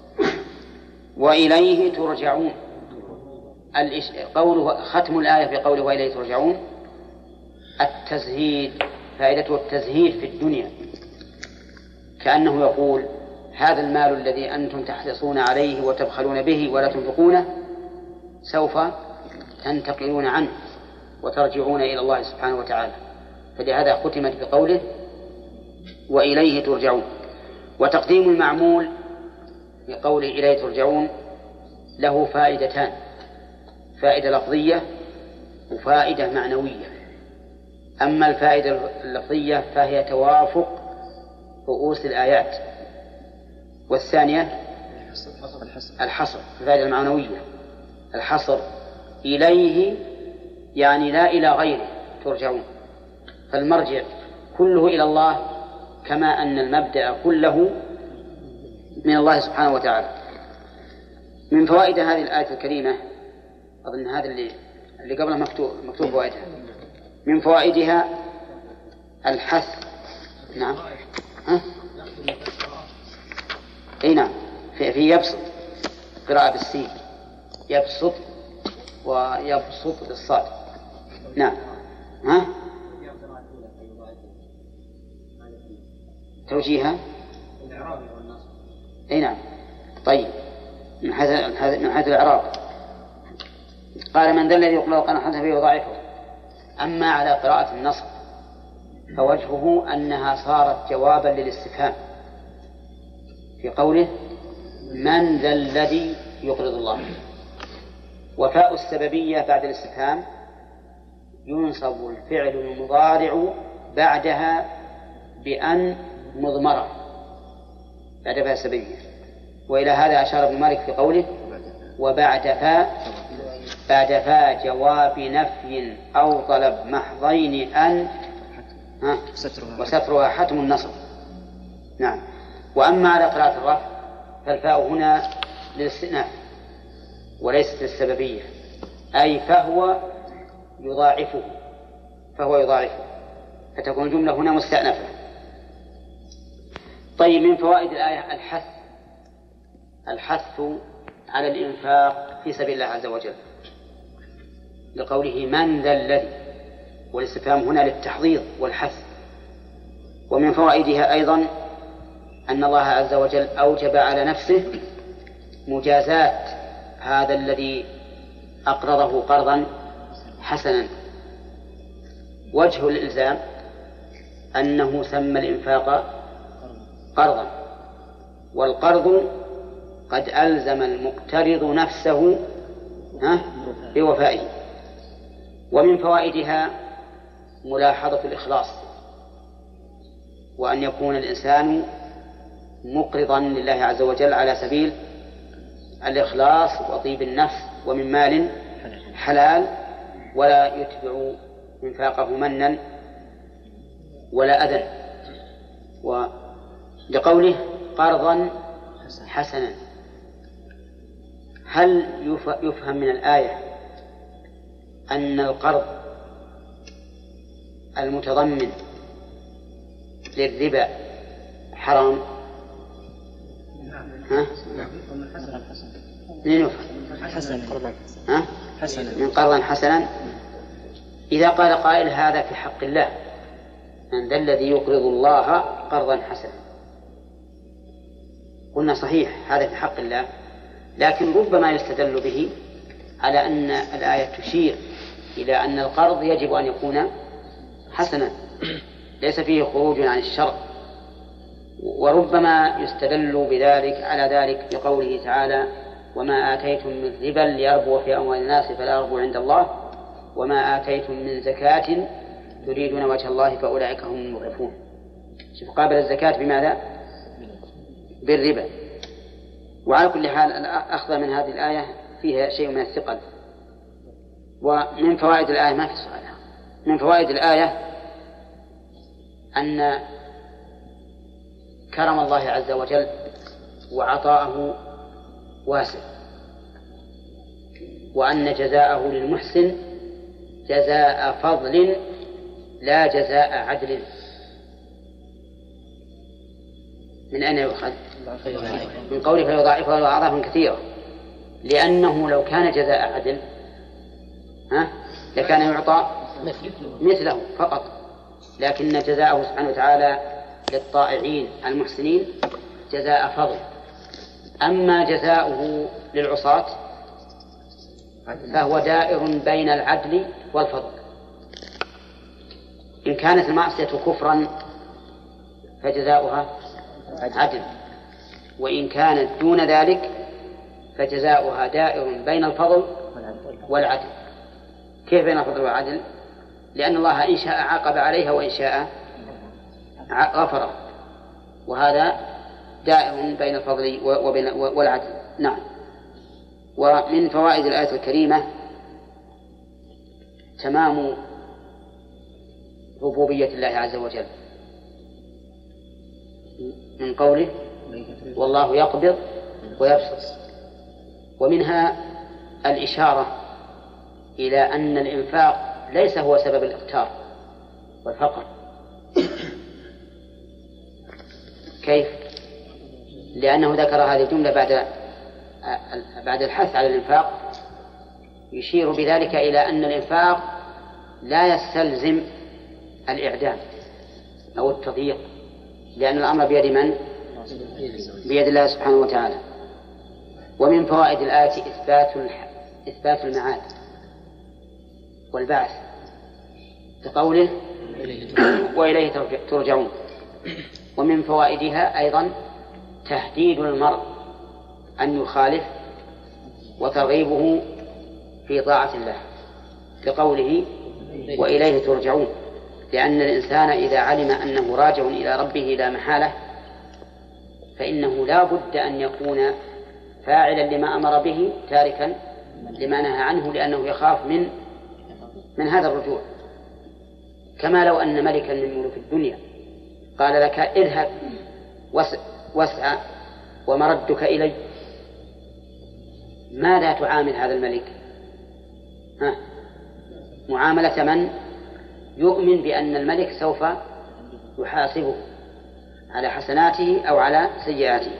وإليه ترجعون. قوله ختم الآية في قوله وإليه ترجعون التزهيد، فائدته التزهيد في الدنيا، كأنه يقول هذا المال الذي أنتم تحرصون عليه وتبخلون به ولا تنفقونه سوف تنتقلون عنه وترجعون إلى الله سبحانه وتعالى، فلهذا ختمت بقوله وإليه ترجعون. وتقديم المعمول بقوله إليه ترجعون له فائدتان: فائدة لفظية وفائدة معنوية. أما الفائدة اللفظية فهي توافق رؤوس الآيات، والثانية الحصر. الفائدة المعنوية الحصر، إليه يعني لا إلى غيره ترجعون، فالمرجع كله إلى الله كما أن المبدأ كله من الله سبحانه وتعالى. من فوائد هذه الآية الكريمة، أظن هذا اللي اللي قبله مكتوب مكتوب فوائدها، من فوائدها الحث. نعم ها؟ أي نعم، في, في يبسط قراءة بالسين، يبسط ويبسط بالصاد. نعم ها؟ توجيهها أي نعم. طيب من حيث من حيث الإعراب قال من ذا الذي يقبل قرضا حسنا فيضاعفه. أما على قراءة النصب فوجهه أنها صارت جوابا للاستفهام في قوله من ذا الذي يقرض الله، وفاء السببية بعد الاستفهام ينصب الفعل المضارع بعدها بأن مضمرة بعد فاء السببية. وإلى هذا أشار ابن مالك في قوله وبعد فاء بعد فاء جواب نفي أو طلب محضين أن ها وسترها حتم النصب. نعم. وأما على قراءة الرفع فالفاء هنا للاستئناف وليست للسببية، أي فهو يضاعفه فهو يضاعفه فتكون الجملة هنا مستأنفة. طيب، من فوائد الآية الحث الحث على الإنفاق في سبيل الله عز وجل لقوله من ذا الذي، والاستفهام هنا للتحضيض والحث. ومن فوائدها أيضا أن الله عز وجل أوجب على نفسه مجازات هذا الذي أقرضه قرضا حسنا. وجه الإلزام أنه سمى الإنفاق قرضا، والقرض قد ألزم المقترض نفسه بوفائه. ومن فوائدها ملاحظة الإخلاص، وأن يكون الإنسان مقرضا لله عز وجل على سبيل الإخلاص وطيب النفس ومن مال حلال، ولا يتبع إنفاقه منا ولا أذى. ولقوله قرضا حسنا، هل يفهم من الآية أن القرض المتضمن للربا حرام؟ ها؟ حسنا ها؟ من قرضا حسنا. إذا قال قائل هذا في حق الله، من ذا الذي يقرض الله قرضا حسنا، قلنا صحيح هذا في حق الله، لكن ربما يستدل به على أن الآية تشير إلى أن القرض يجب أن يكون حسنا ليس فيه خروج عن الشرع. وربما يستدل بذلك على ذلك بقوله تعالى وما آتيتم من ربا ليربو في أموال الناس فلا يربو عند الله وما آتيتم من زكاة تريدون وجه الله فأولئك هم المضعفون. شوف قابل الزكاة بماذا؟ بالربا. وعلى كل حال أخذ من هذه الآية فيها شيء من الثقل. ومن فوائد الآية ما في سؤال، من فوائد الآية أن كرم الله عز وجل وعطاءه واسع، وأن جزاءه للمحسن جزاء فضل لا جزاء عدل. من أين يؤخذ؟ من قوله فيضاعفه أضعافا كثيرة، لأنه لو كان جزاء عدل ها لكان يعطى مثله فقط، لكن جزاءه سبحانه وتعالى للطائعين المحسنين جزاء فضل. أما جزاؤه للعصاة فهو دائر بين العدل والفضل. إن كانت المعصية كفرا فجزاؤها عدل، وإن كانت دون ذلك فجزاؤها دائر بين الفضل والعدل. كيف بين الفضل والعدل؟ لأن الله إن شاء عاقب عليها وإن شاء غفر، وهذا دائر بين الفضل وبين والعدل. نعم. ومن فوائد الآية الكريمة تمام ربوبية الله عز وجل من قوله والله يقبض ويبسط، ومنها الإشارة إلى أن الإنفاق ليس هو سبب الإقتار والفقر. كيف؟ لأنه ذكر هذه الجملة بعد بعد الحث على الإنفاق، يشير بذلك إلى أن الإنفاق لا يستلزم الإعدام أو التضييق، لأن الأمر بيد من؟ بيد الله سبحانه وتعالى. ومن فوائد الآية إثبات إثبات المعاد والبعث كقوله وإليه ترجعون. ومن فوائدها أيضا تهديد المرء أن يخالف وترغيبه في طاعة الله كقوله وإليه ترجعون، لأن الإنسان إذا علم أنه راجع إلى ربه لا محالة فإنه لا بد أن يكون فاعلا لما أمر به تاركا لما نهى عنه، لأنه يخاف من من هذا الرجوع. كما لو أن ملكا من ملوك الدنيا قال لك اذهب واسعى ومردك إلي، ماذا تعامل هذا الملك؟ ها؟ معاملة من يؤمن بأن الملك سوف يحاسبه على حسناته أو على سيئاته.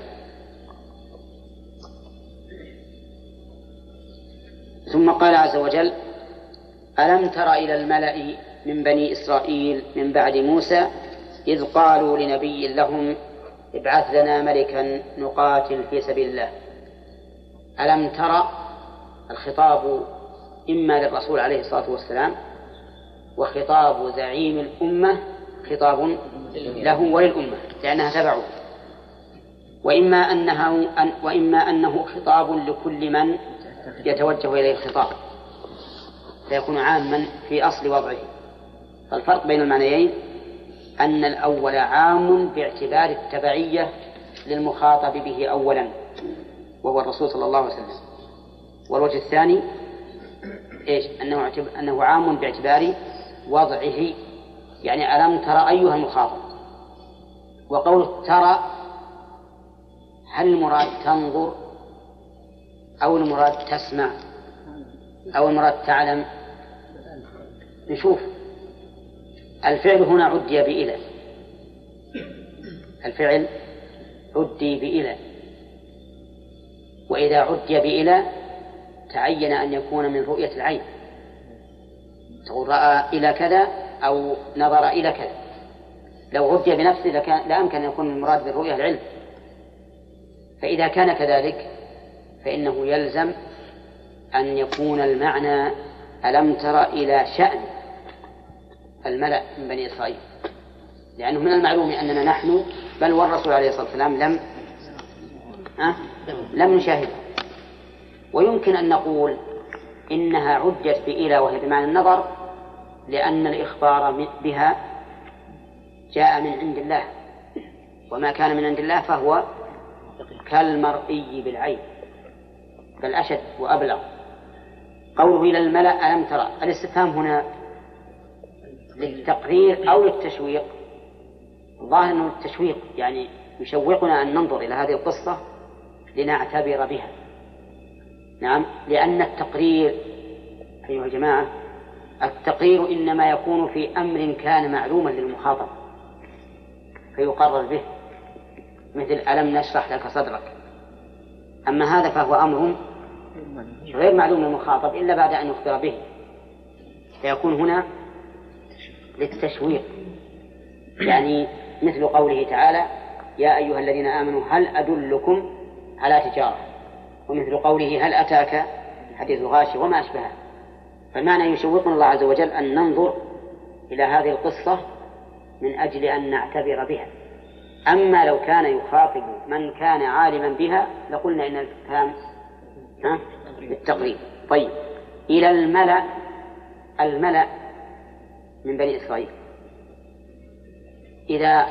ثم قال عز وجل ألم تر إلى الملأ من بني إسرائيل من بعد موسى إذ قالوا لنبي لهم ابعث لنا ملكا نقاتل في سبيل الله. ألم تر الخطاب إما للرسول عليه الصلاة والسلام، وخطاب زعيم الأمة خطاب له وللأمة لأنها تبعه، وإما أنه, أن وإما أنه خطاب لكل من يتوجه إليه الخطاب فيكون عاما في أصل وضعه. فالفرق بين المعنيين أن الأول عام باعتبار التبعية للمخاطب به أولا وهو الرسول صلى الله عليه وسلم، والوجه الثاني إيش؟ أنه, أنه عام باعتبار وضعه، يعني ألم ترى أيها المخاطب. وقول ترى هل المراد تنظر أو المراد تسمع أو المراد تعلم؟ نشوف. الفعل هنا عدي بإلى، الفعل عدي بإلى، وإذا عدي بإلى تعين أن يكون من رؤية العين، تقول رأى إلى كذا أو نظر إلى كذا. لو عدي بنفسه لكان لا يمكن أن يكون المراد بالرؤية العلم. فإذا كان كذلك فإنه يلزم أن يكون المعنى ألم تر إلى شأن الملأ من بني إسرائيل، لأنه من المعلوم أننا نحن بل والرسول عليه الصلاة والسلام لم أه؟ لم نشاهد. ويمكن أن نقول إنها عدت بإلى وهي بمعنى النظر، لأن الإخبار بها جاء من عند الله، وما كان من عند الله فهو كالمرئي بالعين بل أشد وأبلغ. قوله إلى الملأ ألم ترى، الاستفهام هنا للتقرير أو للتشويق؟ الظاهر أنه التشويق، يعني يشوقنا أن ننظر إلى هذه القصة لنعتبر بها. نعم، لأن التقرير أيها الجماعة التقرير إنما يكون في أمر كان معلوما للمخاطب فيقرر به، مثل ألم نشرح لك صدرك. أما هذا فهو أمر غير معلوم للمخاطب إلا بعد أن يخبر به، فيكون هنا للتشويق، يعني مثل قوله تعالى يا أيها الذين آمنوا هل أدلكم على تجارة، ومثل قوله هل أتاك حديث الغاشي وما أشبهه. فالمعنى يشوقنا الله عز وجل أن ننظر إلى هذه القصة من أجل أن نعتبر بها. أما لو كان يخاطب من كان عالما بها لقلنا إن الكلام بالتقريب. طيب، إلى الملأ، الملأ من بني إسرائيل إذا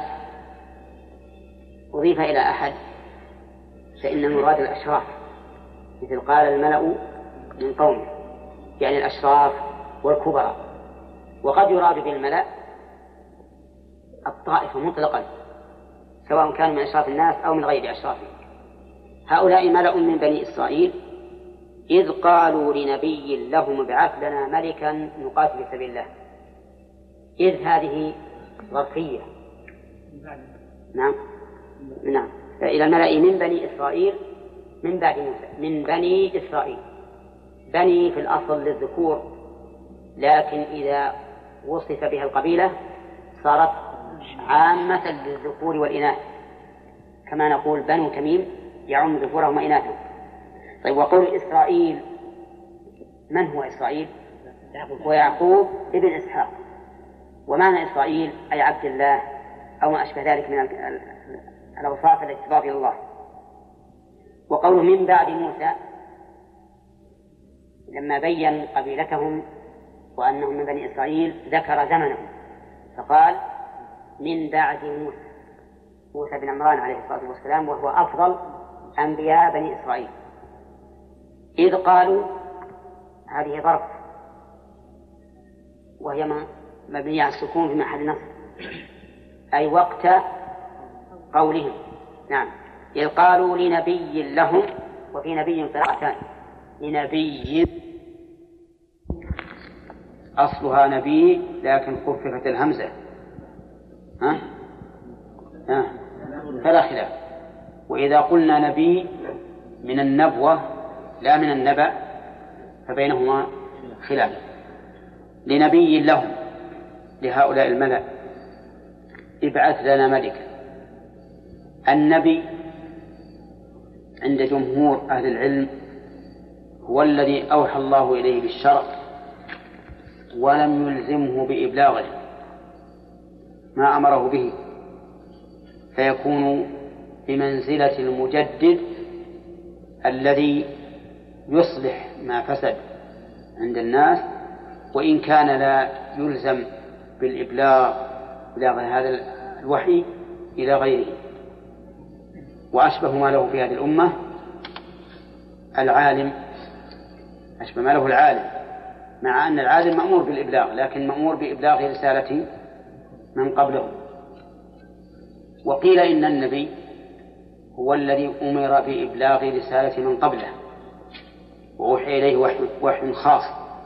أضيف إلى أحد فإن المراد الأشراف، مثل قال الملأ من قومه، يعني الأشراف والكبراء. وقد يراد بالملأ الطائفة مطلقا سواء كانوا من أشراف الناس أو من غير أشرافهم. هؤلاء ملأ من بني إسرائيل إذ قالوا لنبي لهم ابعث لنا ملكا نقاتل في سبيل الله. إذ هذه ظرفية. نعم نعم إلى الملأ من بني إسرائيل من بعد موسى، من بني إسرائيل. بني في الأصل للذكور، لكن إذا وصف بها القبيلة صارت عامة للذكور والإناث، كما نقول بنو تميم يعم ذكورهم وإناثهم. طيب، وقول إسرائيل، من هو إسرائيل؟ ويعقوب ابن إسحاق. ومعنى إسرائيل أي عبد الله أو ما أشبه ذلك من الأوصاف التي تضاف إلى الله. وقوله من بعد موسى لما بين قبيلتهم وأنهم من بني إسرائيل ذكر زمنهم فقال من بعد موسى، موسى بن عمران عليه الصلاة والسلام وهو أفضل أنبياء بني إسرائيل. إذ قالوا هذه ظرف وهي مبنية على السكون في محل نصب أي وقت قولهم. نعم إذ قالوا لنبي لهم، وفي نبي قراءتان لنبي أصلها نبي لكن خففت الهمزة ها؟ ها؟ فلا خلاف. وإذا قلنا نبي من النبوة لا من النبأ فبينهما خلاف. لنبي لهم لهؤلاء الملأ ابعث لنا ملكا. النبي عند جمهور أهل العلم هو الذي أوحى الله إليه بالشرع ولم يلزمه بإبلاغه ما أمره به، فيكون بمنزلة المجدد الذي يصلح ما فسد عند الناس وإن كان لا يلزم بالإبلاغ بلاغ هذا الوحي إلى غيره. وأشبه ما له في هذه الأمة العالم، أشبه ما له العالم، مع أن العالم مأمور بالإبلاغ لكن مأمور بإبلاغ رسالة من قبله. وقيل إن النبي هو الذي أمر بإبلاغ رسالة من قبله ووحي إليه وحي, وحي خاص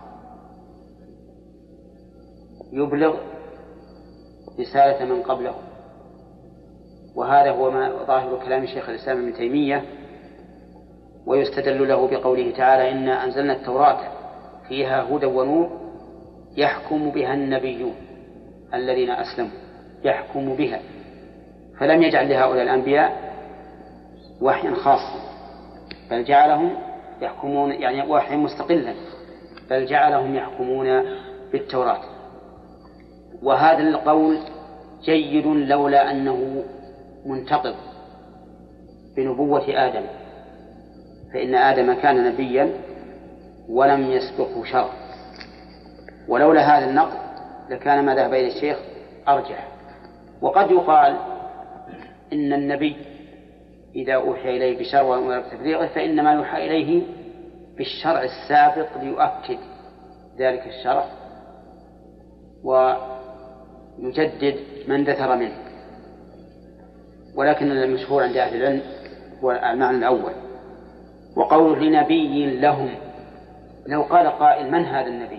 يبلغ رسالة من قبله. وهذا هو ما ظاهر كلام شيخ الإسلام ابن تيمية، ويستدل له بقوله تعالى إنا أنزلنا التوراة فيها هدى ونور يحكم بها النبيون الذين أسلموا، يحكم بها، فلم يجعل لهؤلاء الأنبياء وحيا خاصا بل جعلهم يحكمون يعني وحيا مستقلا بل جعلهم يحكمون بالتوراة. وهذا القول جيد لولا أنه منتقض بنبوة آدم، فإن آدم كان نبيا ولم يسبقه شرع، ولولا هذا النقض لكان ما ذهب إلى الشيخ أرجح. وقد يقال إن النبي إذا أوحي إليه بشرع وأمر بتبليغه فإنما يوحى إليه بالشرع السابق ليؤكد ذلك الشرع ويجدد ما اندثر منه. ولكن المشهور عند أهل العلم هو المعنى الأول. وقوله لنبي لهم، لو قال قائل من هذا النبي؟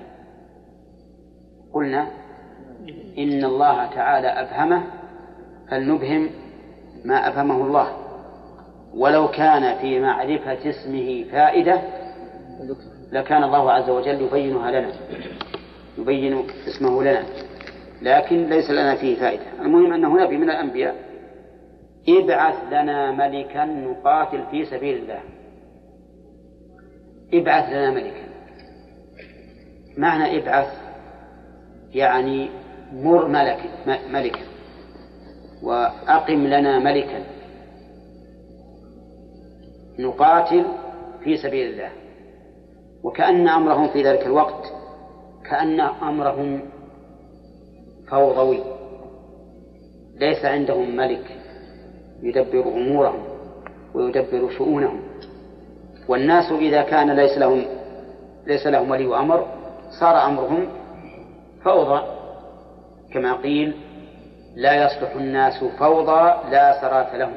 قلنا إن الله تعالى أبهمه فلنبهم ما أبهمه الله، ولو كان في معرفة اسمه فائدة لكان الله عز وجل يبينها لنا، يبين اسمه لنا، لكن ليس لنا فيه فائدة. المهم أنه نبي من الأنبياء. ابعث لنا ملكا نقاتل في سبيل الله. ابعث لنا ملكا، معنى ابعث يعني مر ملك ملكا وأقم لنا ملكا نقاتل في سبيل الله. وكأن أمرهم في ذلك الوقت كأن أمرهم فوضوي، ليس عندهم ملك يدبر أمورهم ويدبر شؤونهم. والناس إذا كان ليس لهم ليس لهم ولي أمر صار أمرهم فوضى، كما قيل لا يصلح الناس فوضى لا سراة لهم.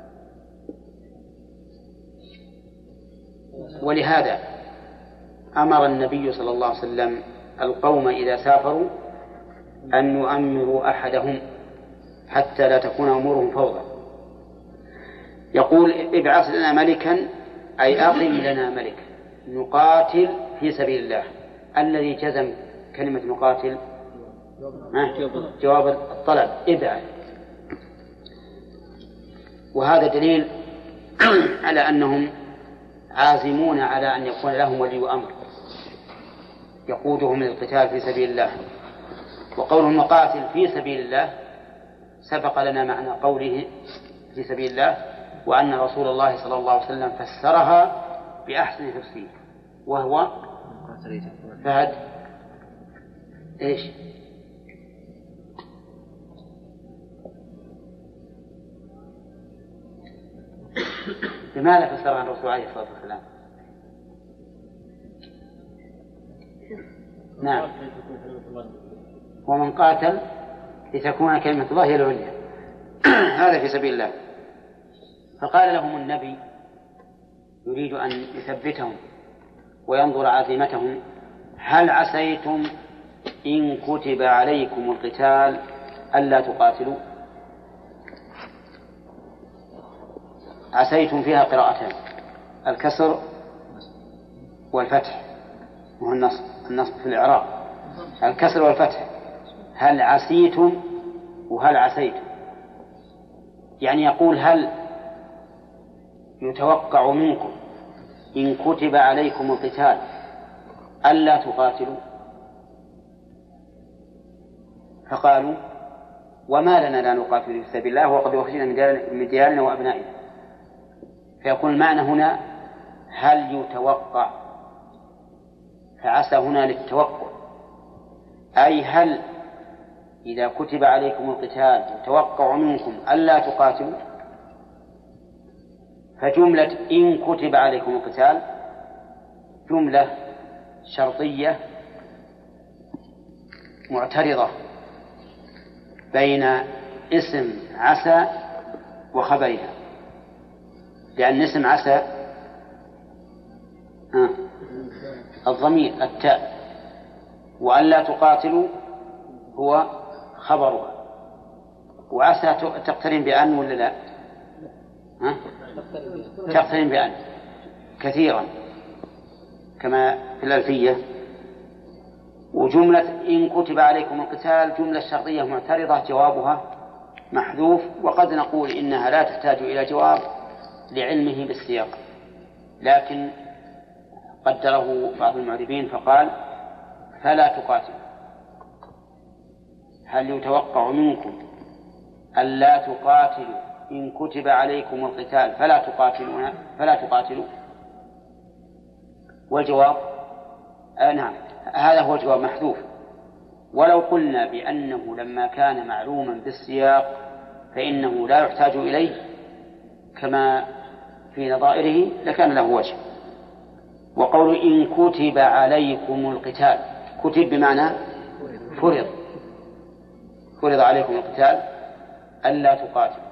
ولهذا أمر النبي صلى الله عليه وسلم القوم إذا سافروا أن يؤمروا أحدهم حتى لا تكون أمورهم فوضى. يقول ابعث لنا ملكا أي أقم لنا ملكا نقاتل في سبيل الله. الذي جزم كلمة نقاتل جواب الطلب ابعث. وهذا دليل على أنهم عازمون على أن يكون لهم ولي أمر، يقودهم للقتال في سبيل الله. وقوله نقاتل في سبيل الله سبق لنا معنى قوله في سبيل الله، وأن رسول الله صلى الله عليه وسلم فسرها بأحسن تفسير، وهو فهد إيش؟ لماذا فسرها الرسول عليه الصلاة والسلام؟ نعم، ومن قاتل لتكون كلمة الله هي العليا هذا في سبيل الله. فقال لهم النبي يريد أن يثبتهم وينظر عزيمتهم: هل عسيتم إن كتب عليكم القتال ألا تقاتلوا؟ عسيتم فيها قراءتان، الكسر والفتح، وهو النصب النصب في الإعراب، الكسر والفتح. هل عسيتم وهل عسيتم، يعني يقول هل يتوقع منكم إن كتب عليكم القتال ألا تقاتلوا؟ فقالوا: وما لنا لا نقاتل في سبيل الله وقد أخرجنا من ديارنا وأبنائنا. فيكون المعنى هنا هل يتوقع، فعسى هنا للتوقع، أي هل إذا كتب عليكم القتال يتوقع منكم ألا تقاتلوا. فجملة إن كتب عليكم القتال جملة شرطية معترضة بين اسم عسى وخبرها، لأن اسم عسى آه الضمير التاء، وألا تقاتلوا هو خبرها، وعسى تقترن بأن ولا لا؟ ها؟ تقترن بأن كثيرا كما في الألفية. وجملة إن كتب عليكم القتال جملة شرطية معترضة جوابها محذوف، وقد نقول إنها لا تحتاج إلى جواب لعلمه بالسياق، لكن قدره بعض المعربين فقال: فلا تقاتل. هل يتوقع منكم ألا تقاتلوا إن كتب عليكم القتال فلا تقاتلون فلا تقاتلوا؟ والجواب آه نعم، هذا هو الجواب محذوف. ولو قلنا بأنه لما كان معلوما بالسياق فإنه لا يحتاج إليه كما في نظائره لكان له وجه. وقول إن كتب عليكم القتال، كتب بمعنى فرض، فرض عليكم القتال ألا تقاتلوا.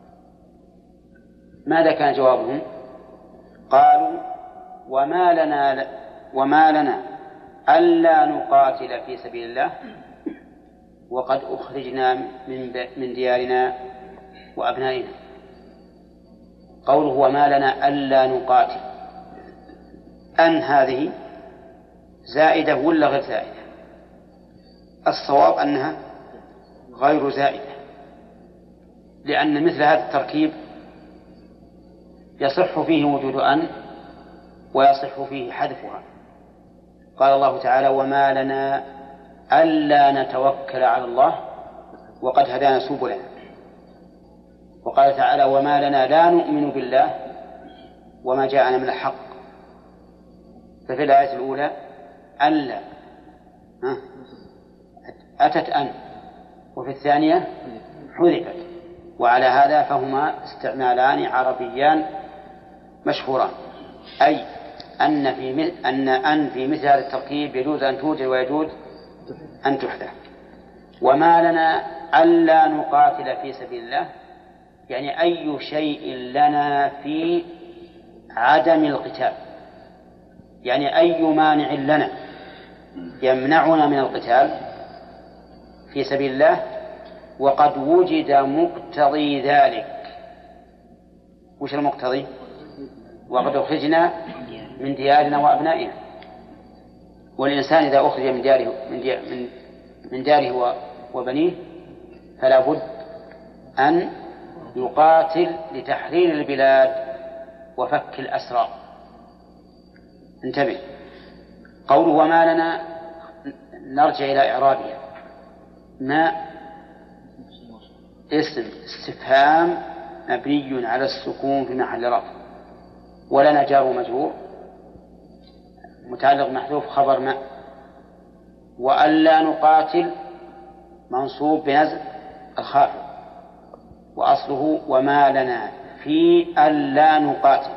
ماذا كان جوابهم؟ قالوا: وما لنا وما لنا ألا نقاتل في سبيل الله وقد أخرجنا من من ديارنا وأبنائنا. قوله وما لنا ألا نقاتل، أن هذه زائدة ولا غير زائدة؟ الصواب أنها غير زائدة، لأن مثل هذا التركيب يصح فيه وجود أن ويصح فيه حذفها. قال الله تعالى: وما لنا ألا نتوكل على الله وقد هدانا سبلنا. وقال تعالى: وما لنا لا نؤمن بالله وما جاءنا من الحق. ففي الآية الأولى ألا أتت أن، وفي الثانية حذفت، وعلى هذا فهما استعمالان عربيان مشهوران، أي أن في أن أن في مثل هذا التركيب يجوز أن توجد ويجوز أن تحذف. وما لنا ألا نقاتل في سبيل الله، يعني أي شيء لنا في عدم القتال، يعني أي مانع لنا يمنعنا من القتال في سبيل الله وقد وجد مقتضي ذلك. وش المقتضي؟ وقد أخرجنا من ديارنا وأبنائنا. والإنسان إذا أخرج من داره من من من داره وبنيه فلا بد أن يقاتل لتحرير البلاد وفك الأسرى. انتبه، قوله وما لنا نرجع إلى إعرابها. ما اسم استفهام مبني على السكون في محل رفع، ولنا جار ومجرور متعلق محذوف خبر ما، وألا نقاتل منصوب بنزع الخافض، وأصله وما لنا في ألا نقاتل.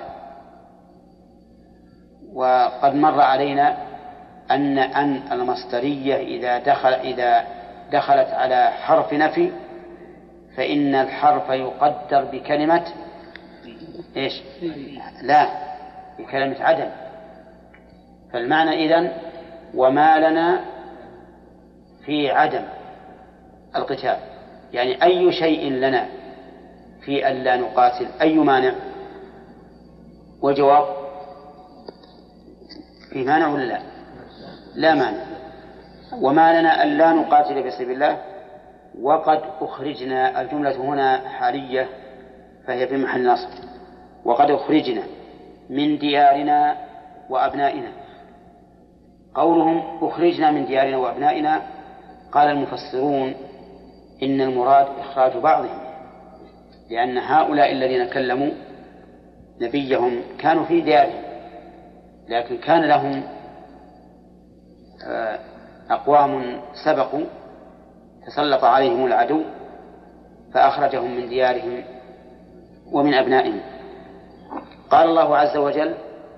وقد مر علينا أن أن المصدرية إذا دخل إذا دخلت على حرف نفي فإن الحرف يقدر بكلمة إيش؟ لا، بكلمة عدم. فالمعنى إذن وما لنا في عدم القتال، يعني أي شيء لنا في أن لا نقاتل، أي مانع؟ وجواب في مانع ولا لا؟ لا مانع. وما لنا أن لا نقاتل في سبيل الله، وقد أخرجنا، الجملة هنا حالية فهي في محل نصب، وقد أخرجنا من ديارنا وأبنائنا. قولهم أخرجنا من ديارنا وأبنائنا قال المفسرون إن المراد إخراج بعضهم، لأن هؤلاء الذين كلموا نبيهم كانوا في ديارهم، لكن كان لهم أقوام سبقوا تسلط عليهم العدو فأخرجهم من ديارهم ومن أبنائهم. قال الله عز وجل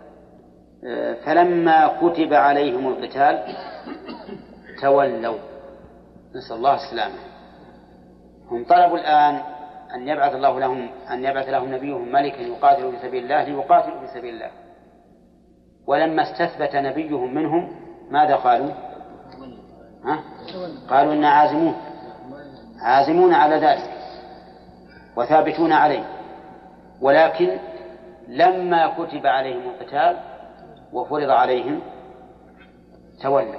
فلما كتب عليهم القتال تولوا، نسأل الله السلامة. هم طلبوا الآن أن يبعث الله لهم أن يبعث لهم نبيهم ملكا يقاتل في سبيل الله ليقاتلوا في سبيل الله، ولما استثبت نبيهم منهم ماذا قالوا؟ ها؟ قالوا إنا عازمون عازمون على ذلك وثابتون عليه، ولكن لما كتب عليهم القتال وفرض عليهم تولوا،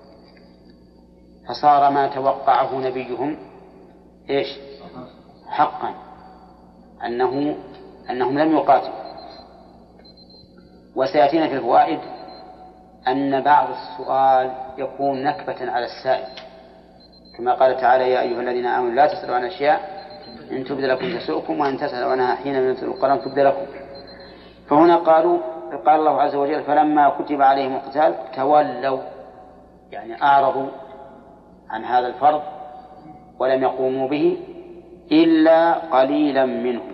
فصار ما توقعه نبيهم إيش؟ حقا، أنه أنهم لم يقاتلوا. وسيأتينا في الفوائد أن بعض السؤال يكون نكبة على السائل، كما قال تعالى يا أيها الذين آمنوا لا تسألوا عن أشياء إن تبد لكم تسؤكم وإن تسألوا عنها حين ينزل القرآن تبد لكم. فهنا قالوا قال الله عز وجل فلما كتب عليهم القتال تولوا، يعني أعرضوا عن هذا الفرض ولم يقوموا به إلا قليلا منهم.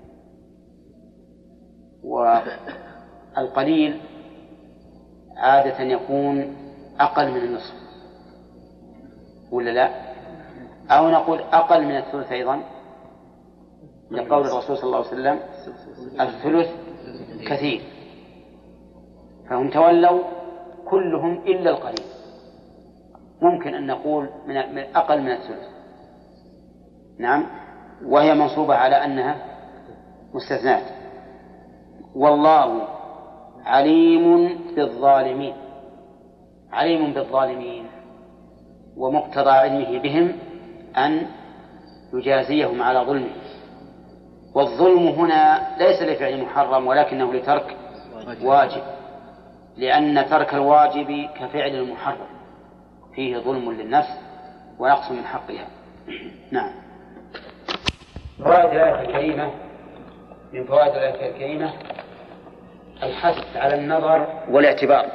والقليل عادة يكون أقل من النصف ولا لا؟ أو نقول أقل من الثلث أيضا، لقول الرسول صلى الله عليه وسلم الثلث كثير. فهم تولوا كلهم إلا القليل، ممكن أن نقول من أقل من الثلث، نعم، وهي منصوبة على أنها مستثنات. والله عليم بالظالمين، عليم بالظالمين، ومقتضى علمه بهم أن يجازيهم على ظلمهم. والظلم هنا ليس لفعل محرم ولكنه لترك واجب، لأن ترك الواجب كفعل المحرم فيه ظلم للنفس ونقص من حقها. نعم. فوائد الآية الكريمة، من فوائد الآية الكريمة الحث على النظر والاعتبار،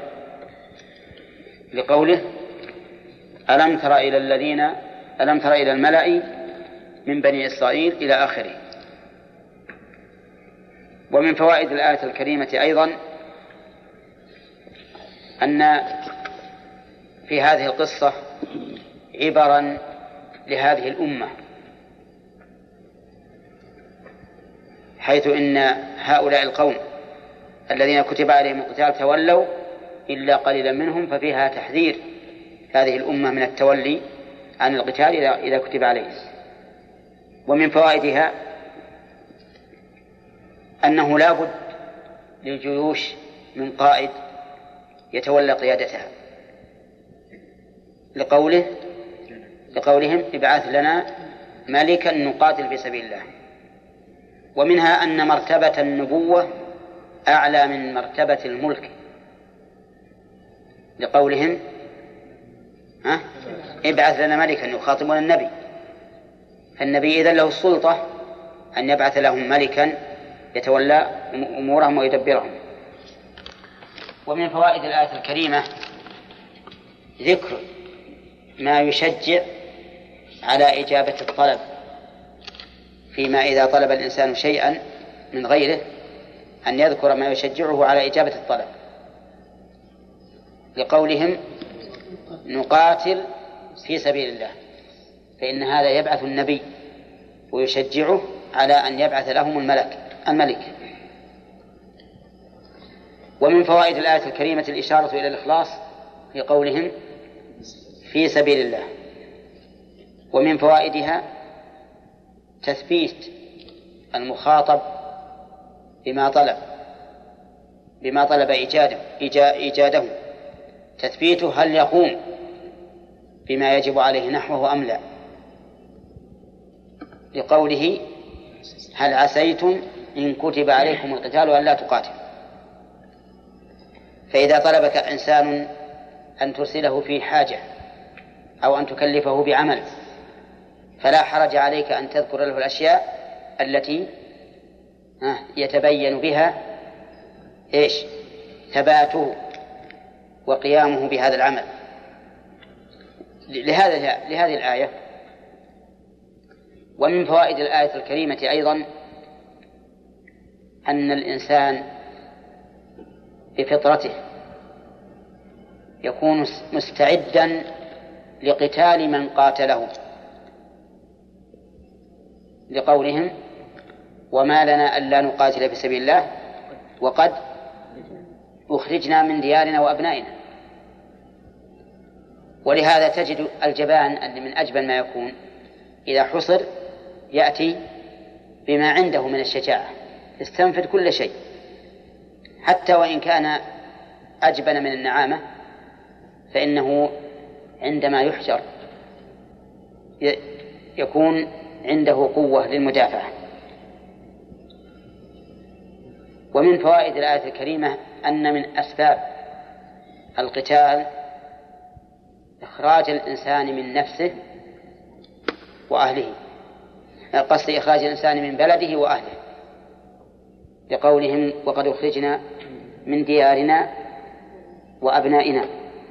لقوله ألم تر إلى الذين ألم تر إلى الملأ من بني إسرائيل إلى آخره. ومن فوائد الآية الكريمة أيضا أن في هذه القصة عبرا لهذه الأمة، حيث إن هؤلاء القوم الذين كتب عليهم القتال تولوا إلا قليلا منهم، ففيها تحذير هذه الأمة من التولي عن القتال إذا كتب عليه. ومن فوائدها أنه لا بد للجيوش من قائد يتولى قيادتها، لقوله لقولهم ابعث لنا ملكا نقاتل في سبيل الله. ومنها أن مرتبة النبوة أعلى من مرتبة الملك، لقولهم ها؟ ابعث لنا ملكا يخاطبون النبي، فالنبي إذن له السلطة أن يبعث لهم ملكا يتولى أمورهم ويدبرهم. ومن فوائد الآية الكريمة ذكر ما يشجع على إجابة الطلب، فيما إذا طلب الإنسان شيئا من غيره أن يذكر ما يشجعه على إجابة الطلب، لقولهم نقاتل في سبيل الله، فإن هذا يبعث النبي ويشجعه على أن يبعث لهم الملك الملك. ومن فوائد الآية الكريمة الإشارة إلى الإخلاص في قولهم في سبيل الله. ومن فوائدها تثبيت المخاطب بما طلب بما طلب إيجاده إيجاده تثبيته هل يقوم بما يجب عليه نحوه أم لا، لقوله هل عسيتم إن كتب عليكم القتال أن لا تقاتل. فإذا طلبك إنسان أن ترسله في حاجة أو أن تكلفه بعمل فلا حرج عليك أن تذكر له الأشياء التي يتبين بها إيش ثباته وقيامه بهذا العمل. لهذا لهذه الآية. ومن فوائد الآية الكريمة أيضا أن الإنسان بفطرته يكون مستعدا لقتال من قاتله، لقولهم وما لنا ألا نقاتل في سبيل الله وقد أخرجنا من ديارنا وأبنائنا. ولهذا تجد الجبان اللي من أجبن ما يكون إذا حصر يأتي بما عنده من الشجاعة، يستنفذ كل شيء حتى وإن كان أجبن من النعامة، فإنه عندما يحشر يكون عنده قوة للمدافعة. ومن فوائد الآية الكريمة أن من أسباب القتال إخراج الإنسان من نفسه وأهله، قصد إخراج الإنسان من بلده وأهله، لقولهم وقد أخرجنا من ديارنا وأبنائنا.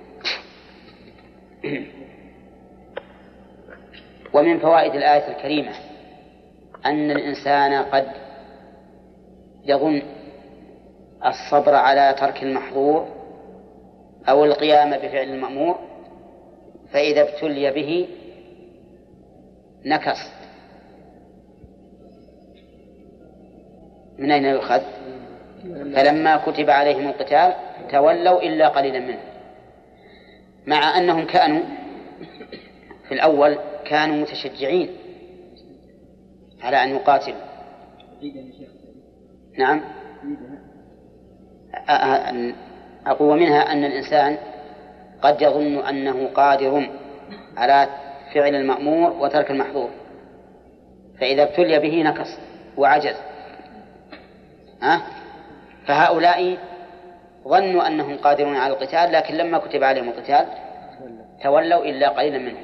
ومن فوائد الآية الكريمة أن الإنسان قد يظن الصبر على ترك المحظور أو القيام بفعل المأمور، فإذا ابتلي به نكص. من أين يؤخذ؟ فلما كتب عليهم القتال تولوا إلا قليلا منهم، مع أنهم كانوا في الأول كانوا متشجعين على أن يقاتلوا. نعم أقوى منها أن الإنسان قد يظن أنه قادر على فعل المأمور وترك المحظور، فإذا ابتلي به نكص وعجز. أه؟ فهؤلاء ظنوا أنهم قادرون على القتال، لكن لما كتب عليهم القتال تولوا إلا قليلا منهم.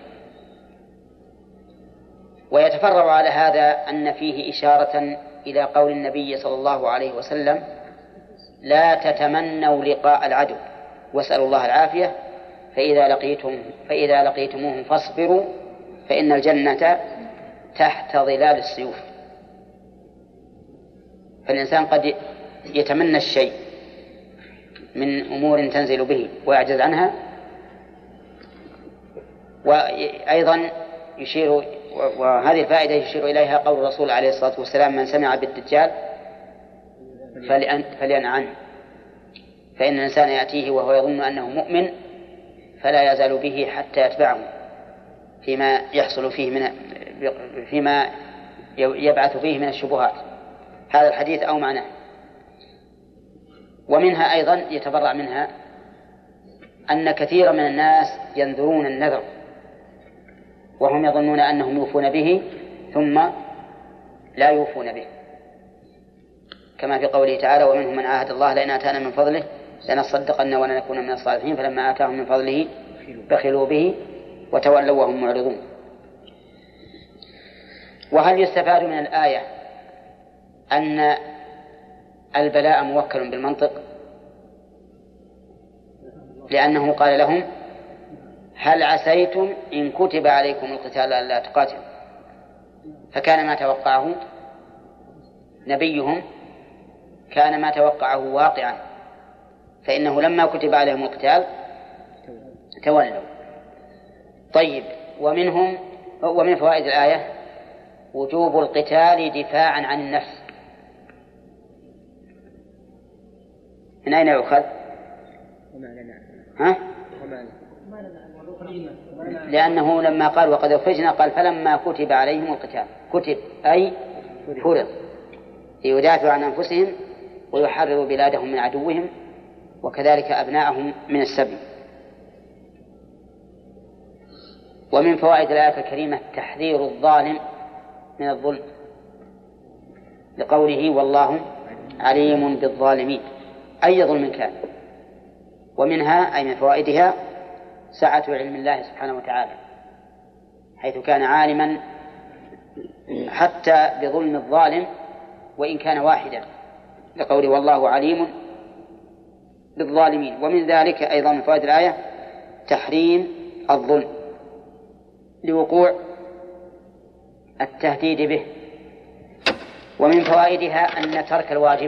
ويتفرع على هذا أن فيه إشارة إلى قول النبي صلى الله عليه وسلم لا تتمنوا لقاء العدو واسألوا الله العافية فإذا لقيتم فإذا لقيتموهم فاصبروا فإن الجنة تحت ظلال السيوف. فالإنسان قد يتمنى الشيء من أمور تنزل به ويعجز عنها. وأيضا يشير، وهذه الفائدة يشير إليها قول الرسول عليه الصلاة والسلام من سمع بالدجال فلينأ عنه، فإن الإنسان يأتيه وهو يظن أنه مؤمن فلا يزال به حتى يتبعه فيما يحصل فيه من فيما يبعث فيه من الشبهات. هذا الحديث أو معناه. ومنها أيضا يتبرع منها أن كثير من الناس ينذرون النذر وهم يظنون أنهم يوفون به ثم لا يوفون به، كما في قوله تعالى ومنهم من عاهد الله لئن آتانا من فضله لنصدقن ولنكون من الصالحين فلما آتاهم من فضله بخلوا به وتولوا وهم معرضون. وهل يستفاد من الآية أن البلاء موكل بالمنطق؟ لأنه قال لهم هل عسيتم إن كتب عليكم القتال ألا تقاتلوا، فكان ما توقعه نبيهم كان ما توقعه واقعا، فإنه لما كتب عليهم القتال تولوا. طيب، ومنهم ومن فوائد الآية وجوب القتال دفاعا عن النفس. من أين يؤخذ؟ ها؟ لأنه لما قال وقد أخرجنا قال فلما كتب عليهم القتال، كتب أي فرض ليدافعوا عن أنفسهم ويحرروا بلادهم من عدوهم وكذلك أبناءهم من السبي. ومن فوائد الآية الكريمة تحذير الظالم من الظلم لقوله والله عليم بالظالمين، أي ظلم كان. ومنها أي من فوائدها سعة علم الله سبحانه وتعالى، حيث كان عالما حتى بظلم الظالم وإن كان واحدا، لقوله والله عليم بالظالمين. ومن ذلك أيضا من فوائد الآية تحريم الظلم لوقوع التهديد به. ومن فوائدها أن ترك الواجب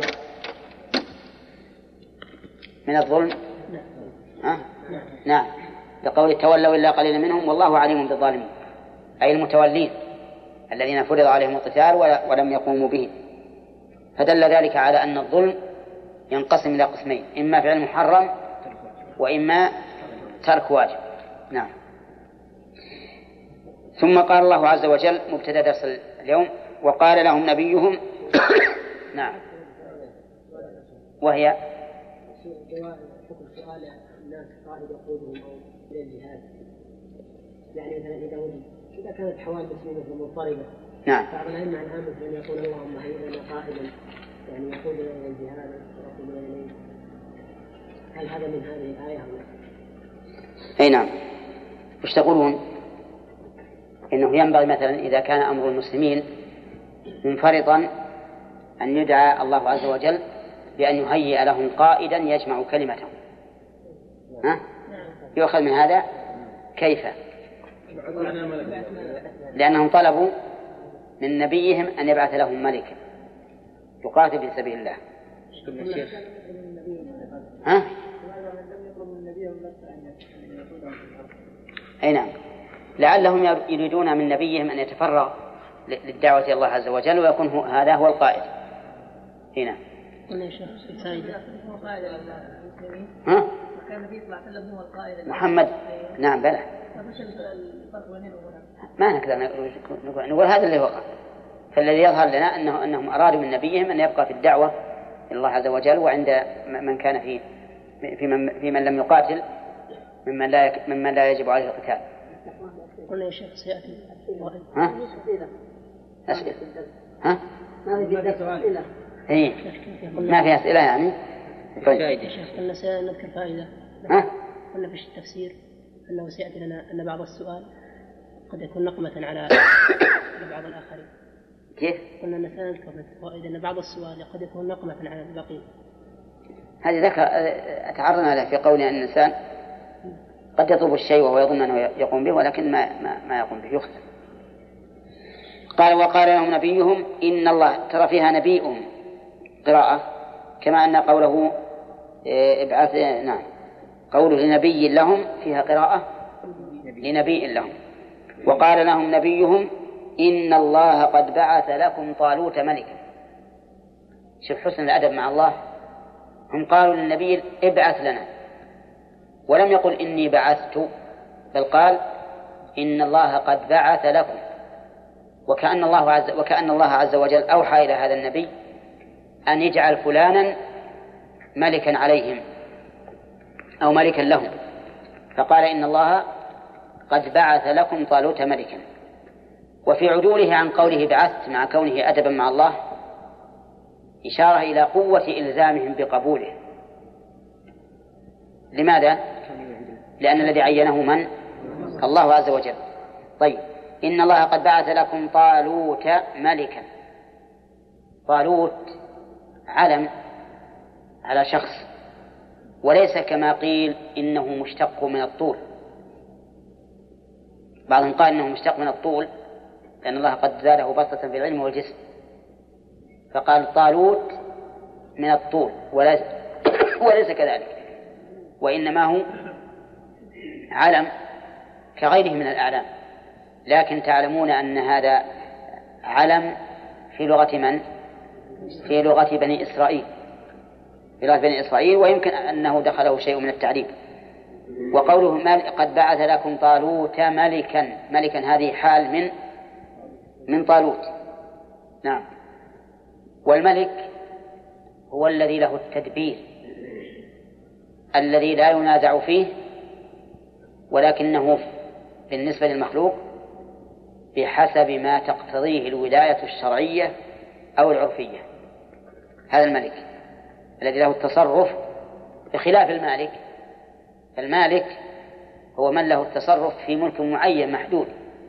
من الظلم. أه؟ نعم، لقول تولوا إلا قليلا منهم والله عليم بالظالمين، أي المتولين الذين فرض عليهم القتال ولم يقوموا به. فدل ذلك على أن الظلم ينقسم إلى قسمين، إما فعل محرم وإما ترك واجب. نعم. ثم قال الله عز وجل مبتدأ درس اليوم وقال لهم نبيهم نعم، وهي حكم سؤال الناس قائد يقودهم أو إلى الجهاد، يعني مثلا إذا وجد إذا كانت حوال مسلمة مضطربة، نعم، بعض الأئمة عن هامش أن يقول اللهم هيئ لنا قائدا يعني يقودنا إلى الجهاد ويقودنا إليه، هل هذا من هذه الآية أو لا؟ أي نعم. وش تقولون؟ إنه ينبغي مثلا إذا كان أمر المسلمين منفرطا أن يدعى الله عز وجل بأن يهيئ لهم قائدا يجمع كلمتهم. ها؟ يؤخذ من هذا كيف؟ لأنهم طلبوا من نبيهم أن يبعث لهم ملكا يقاتل في سبيل الله. ها؟ أي نعم، لعلهم يريدون من نبيهم أن يتفرغ للدعوة إلى الله عز وجل ويكون هذا هو القائد. هنا ها؟ محمد نعم بلى ما نقدر نقول, نقول هذا اللي وقع. فالذي يظهر لنا أنه أنهم أرادوا من نبيهم أن يبقى في الدعوة إلى الله عز وجل، وعند من كان في في من, في من لم يقاتل ممن لا ممن لا يجب عليه القتال. قلنا يا شيخ سيأتي. ها؟ أسئلة. ها؟ ما في أسئلة. إيه. ما في أسئلة يعني. طيب. قلنا سنذكر فائدة. ها؟ قلنا في التفسير أنه سيأتي لنا أن بعض السؤال قد يكون نقمة على بعض الآخرين. كيف؟ قلنا أن سنذكر من الفوائد أن بعض السؤال قد يكون نقمة على الباقين. هذه ذكر أتعرضنا له في قول أن الإنسان قد يطلب الشيء وهو يظن أنه يقوم به ولكن ما ما, ما يقوم به يخطئ. قال وقال لهم نبيهم إن الله، ترى فيها نبيهم قراءة كما أن قوله ابعث نعم قوله لنبي لهم فيها قراءة لنبي لهم. وقال لهم نبيهم إن الله قد بعث لكم طالوت ملكا. شوف حسن الأدب مع الله، هم قالوا للنبي ابعث لنا ولم يقل إني بعثت، بل قال إن الله قد بعث لكم، وكأن الله عز وكأن الله عز وجل أوحى إلى هذا النبي أن يجعل فلانا ملكا عليهم أو ملكا لهم، فقال إن الله قد بعث لكم طالوت ملكا. وفي عدوله عن قوله بعثت مع كونه أدبا مع الله إشارة إلى قوة إلزامهم بقبوله. لماذا؟ لأن الذي عينه من؟ الله عز وجل. طيب، إن الله قد بعث لكم طالوت ملكا. طالوت علم على شخص، وليس كما قيل إنه مشتق من الطول. بعضهم قال إنه مشتق من الطول لأن الله قد زاده بسطة في العلم والجسم، فقال طالوت من الطول، وليس, وليس كذلك، وإنما هو علم كغيره من الأعلام. لكن تعلمون أن هذا علم في لغة من؟ في لغة بني إسرائيل، في لغة بني إسرائيل، ويمكن أنه دخله شيء من التعريب. وقوله قد بعث لكم طالوت ملكا، ملكا هذه حال من من طالوت. نعم. والملك هو الذي له التدبير، الذي لا ينازع فيه، ولكنه بالنسبة للمخلوق بحسب ما تقتضيه الولاية الشرعية أو العرفية. هذا الملك الذي له التصرف، بخلاف المالك. المالك هو من له التصرف في ملك معين محدود.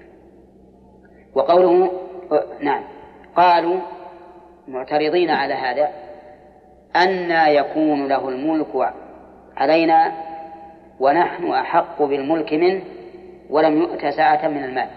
وقوله نعم، قالوا معترضين على هذا: أنى يكون له الملك علينا ونحن أحق بالملك منه ولم يؤت ساعة من المال.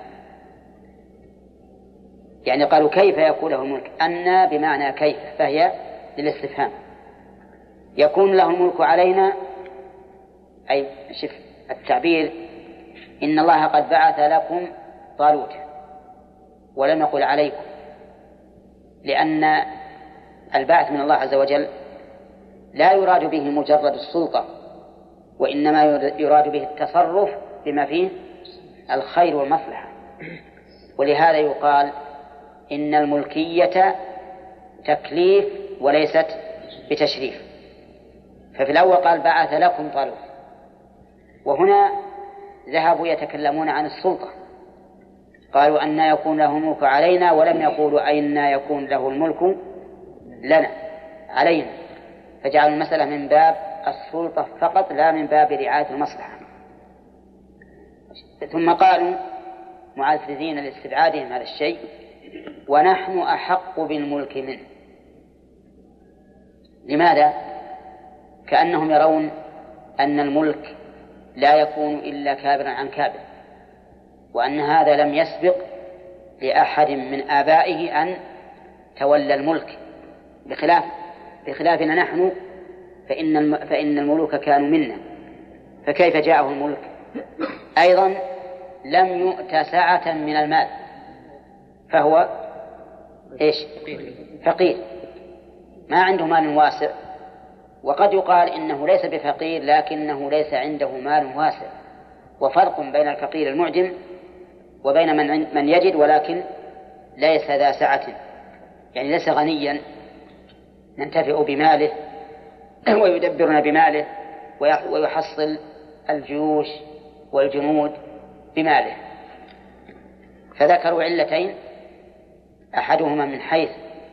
يعني قالوا كيف يكون له الملك؟ أنى بمعنى كيف، فهي للاستفهام. يكون له الملك علينا، أي شف التعبير: إن الله قد بعث لكم طالوت، ولم يقل عليكم، لأن البعث من الله عز وجل لا يراد به مجرد السلطة، وإنما يراد به التصرف بما فيه الخير والمصلحة. ولهذا يقال إن الملكية تكليف وليست بتشريف. ففي الأول قال بعث لكم طالوت، وهنا ذهبوا يتكلمون عن السلطة، قالوا أن يكون له الملك علينا، ولم يقولوا أين يكون له الملك لنا علينا، فجعلوا المسألة من باب السلطة فقط لا من باب رعاية المصلحة. ثم قالوا معززين لاستبعادهم هذا الشيء: ونحن أحق بالملك منه. لماذا؟ كأنهم يرون أن الملك لا يكون إلا كابرا عن كابر، وأن هذا لم يسبق لأحد من آبائه أن تولى الملك، بخلاف بخلافنا نحن فإن فإن الملوك كانوا منا، فكيف جاءه الملك؟ أيضا لم يؤت سعة من المال، فهو إيش؟ فقير، ما عنده مال واسع. وقد يقال إنه ليس بفقير لكنه ليس عنده مال واسع، وفرق بين الفقير المعدم وبين من من يجد ولكن ليس ذا سعة، يعني ليس غنيا ننتفع بماله ويدبرنا بماله ويحصل الجيوش والجنود بماله. فذكروا علتين: أحدهما من حيث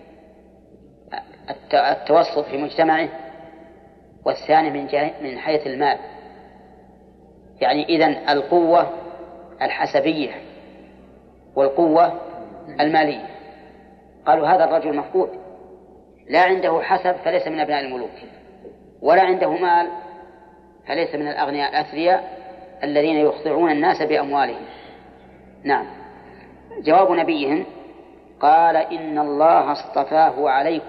التوسط في مجتمعه، والثاني من من حيث المال. يعني إذن القوة الحسبية والقوة المالية. قالوا هذا الرجل مفقود، لا عنده حسب فليس من أبناء الملوك، ولا عنده مال فليس من الأغنياء الأثرياء الذين يخضعون الناس بأموالهم. نعم. جواب نبيهم: قال إن الله اصطفاه عليكم.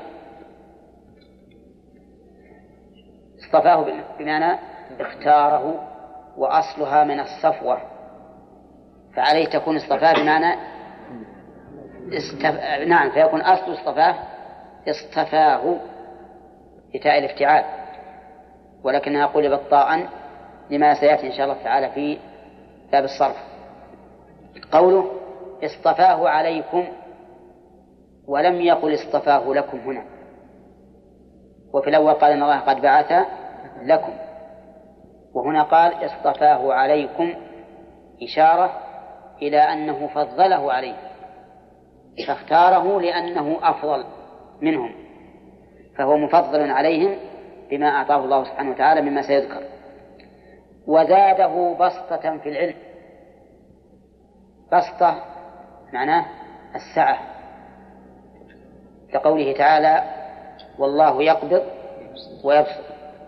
اصطفاه بمعنى اختاره، وأصلها من الصفوة، فعليه تكون اصطفاه بمعنى استف... نعم، فيكون أصل اصطفاه اصطفاه بتاء الافتعال، ولكنها قلبت طاء لما سيأتي إن شاء الله تعالى في باب الصرف. قوله اصطفاه عليكم ولم يقل اصطفاه لكم هنا، وفي الأول قال إن الله قد بعث لكم، وهنا قال اصطفاه عليكم، إشارة إلى أنه فضله عليه، فاختاره لأنه أفضل منهم، فهو مفضل عليهم بما أعطاه الله سبحانه وتعالى مما سيذكر. وزاده بسطة في العلم، بسطة معناه السعة، كقوله تعالى والله يقبض ويبسط،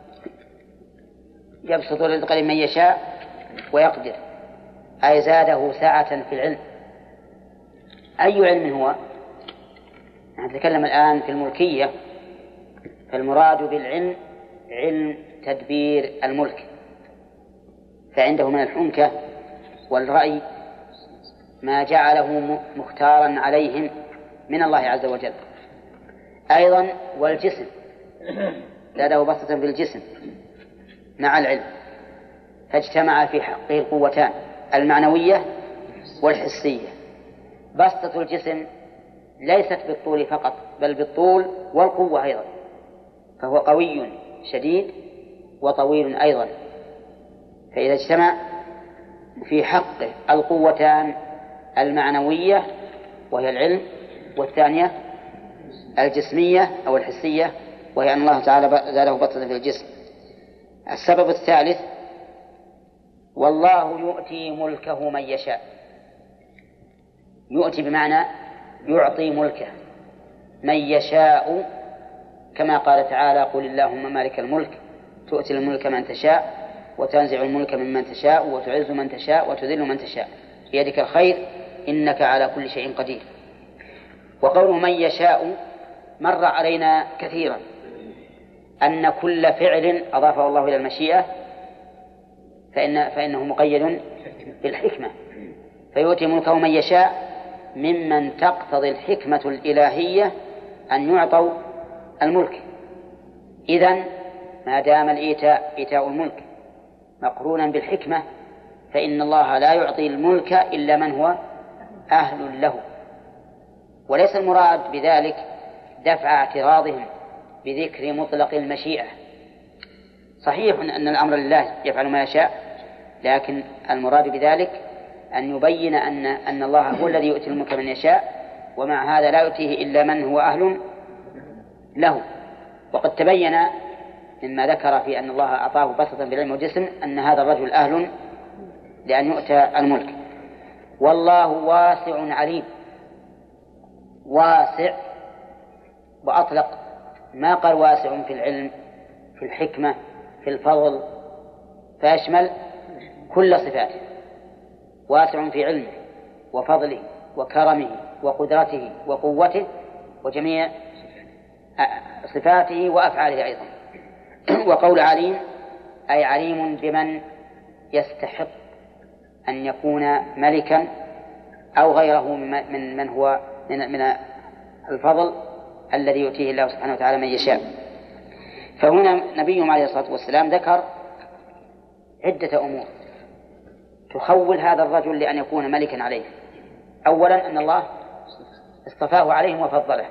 يبسط الرزق لمن يشاء ويقدر، أي زاده سعة في العلم. أي علم هو؟ نتكلم الآن في الملكية، فالمراد بالعلم علم تدبير الملك، فعنده من الحنكة والرأي ما جعله مختارا عليهم من الله عز وجل. أيضا والجسم، زاده بسطة في الجسم مع العلم، فاجتمع في حقه القوتان المعنوية والحسية. بسطة الجسم ليست بالطول فقط بل بالطول والقوة أيضا، فهو قوي شديد وطويل أيضا، فإذا اجتمع في حقه القوتان المعنوية وهي العلم، والثانية الجسمية أو الحسية وهي أن الله تعالى زاده بسطة في الجسم. السبب الثالث والله يؤتي ملكه من يشاء. يؤتي بمعنى يعطي ملكه من يشاء، كما قال تعالى قل اللهم مالك الملك تؤتي الملك من تشاء وتنزع الملك ممن تشاء وتعز من تشاء وتذل من تشاء بيدك الخير إنك على كل شيء قدير. وقوله من يشاء مر علينا كثيرا أن كل فعل أضافه الله إلى المشيئة فإن فإنه مقيد بالحكمة، فيؤتي ملكه من يشاء ممن تقتضي الحكمة الإلهية أن يعطوا الملك. إذن ما دام الإيتاء إيتاء الملك مقرونا بالحكمة فإن الله لا يعطي الملك إلا من هو أهل له. وليس المراد بذلك دفع اعتراضهم بذكر مطلق المشيئة، صحيح أن الأمر لله يفعل ما يشاء، لكن المراد بذلك أن يبين أن أن الله هو الذي يؤتي الملك من يشاء، ومع هذا لا يؤتيه إلا من هو أهل له. وقد تبين مما ذكر في أن الله أعطاه بسطة بالعلم والجسم أن هذا الرجل أهل لأن يؤتى الملك. والله واسع عليم، واسع وأطلق، ما قال واسع في العلم في الحكمة في الفضل، فيشمل كل صفاته، واسع في علمه وفضله وكرمه وقدرته وقوته وجميع صفاته وأفعاله أيضا. وقول عليم أي عليم بمن يستحق أن يكون ملكا أو غيره من من هو من من الفضل الذي يؤتيه الله سبحانه وتعالى من يشاء. فهنا نبيهم عليه الصلاة والسلام ذكر عدة أمور تخول هذا الرجل لأن يكون ملكا عليه. أولا أن الله اصطفاه عليهم وفضله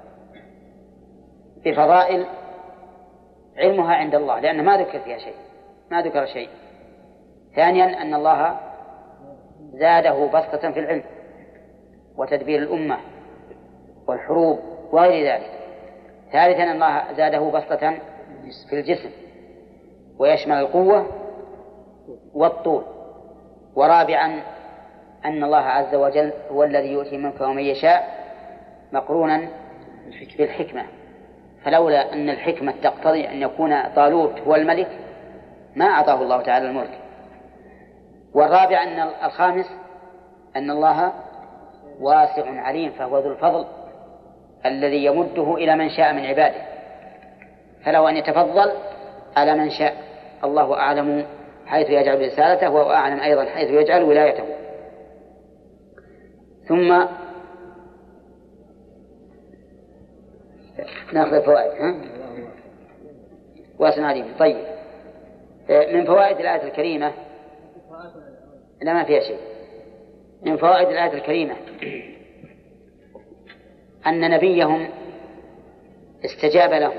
بفضائل علمها عند الله لأن ما ذكر فيها شيء، ما ذكر شيء. ثانيا أن الله زاده بسطة في العلم وتدبير الأمة والحروب وغير ذلك. ثالثا أن الله زاده بسطة في الجسم ويشمل القوة والطول. ورابعا أن الله عز وجل هو الذي يؤتي ملكه من يشاء مقرونا بالحكمة، فلولا أن الحكمة تقتضي أن يكون طالوت هو الملك ما أعطاه الله تعالى الملك. والرابع أن الخامس أن الله واسع عليم، فهو ذو الفضل الذي يمده إلى من شاء من عباده، فلو أن يتفضل على من شاء. الله أعلم حيث يجعل رسالته وهو أعلم أيضا حيث يجعل ولايته. ثم نأخذ الفوائد. ها؟ واسع عليم. طيب، من فوائد الآية الكريمة لا ما فيها شيء. من فوائد الآية الكريمة أن نبيهم استجاب لهم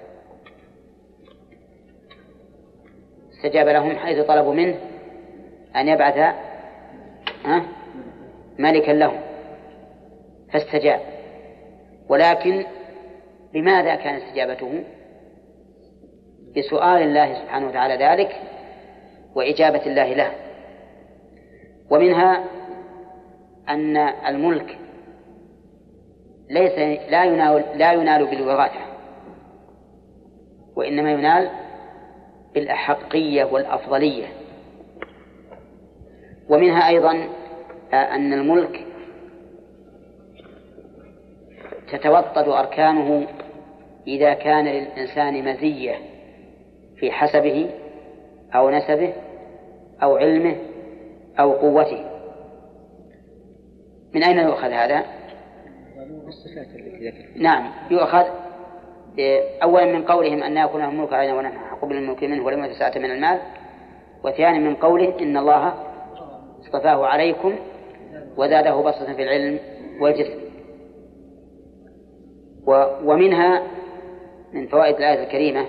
استجاب لهم حيث طلبوا منه أن يبعث ملكا لهم فاستجاب. ولكن بماذا كان استجابته؟ بسؤال الله سبحانه وتعالى ذلك وإجابة الله له. ومنها أن الملك ليس لا ينال لا ينال بالوراثة، وإنما ينال بالأحقية والأفضلية. ومنها أيضا أن الملك تتوطد أركانه إذا كان للإنسان مزية في حسبه أو نسبه أو علمه أو قوته. من أين يؤخذ هذا؟ نعم، يؤخذ أولا من قولهم أن يكون لهم ملك علينا ونحن أحق بالملك منه ولم يؤت سعة من المال، وثانيا من قوله إن الله اصطفاه عليكم وزاده بسطة في العلم والجسم. ومنها من فوائد الآية الكريمة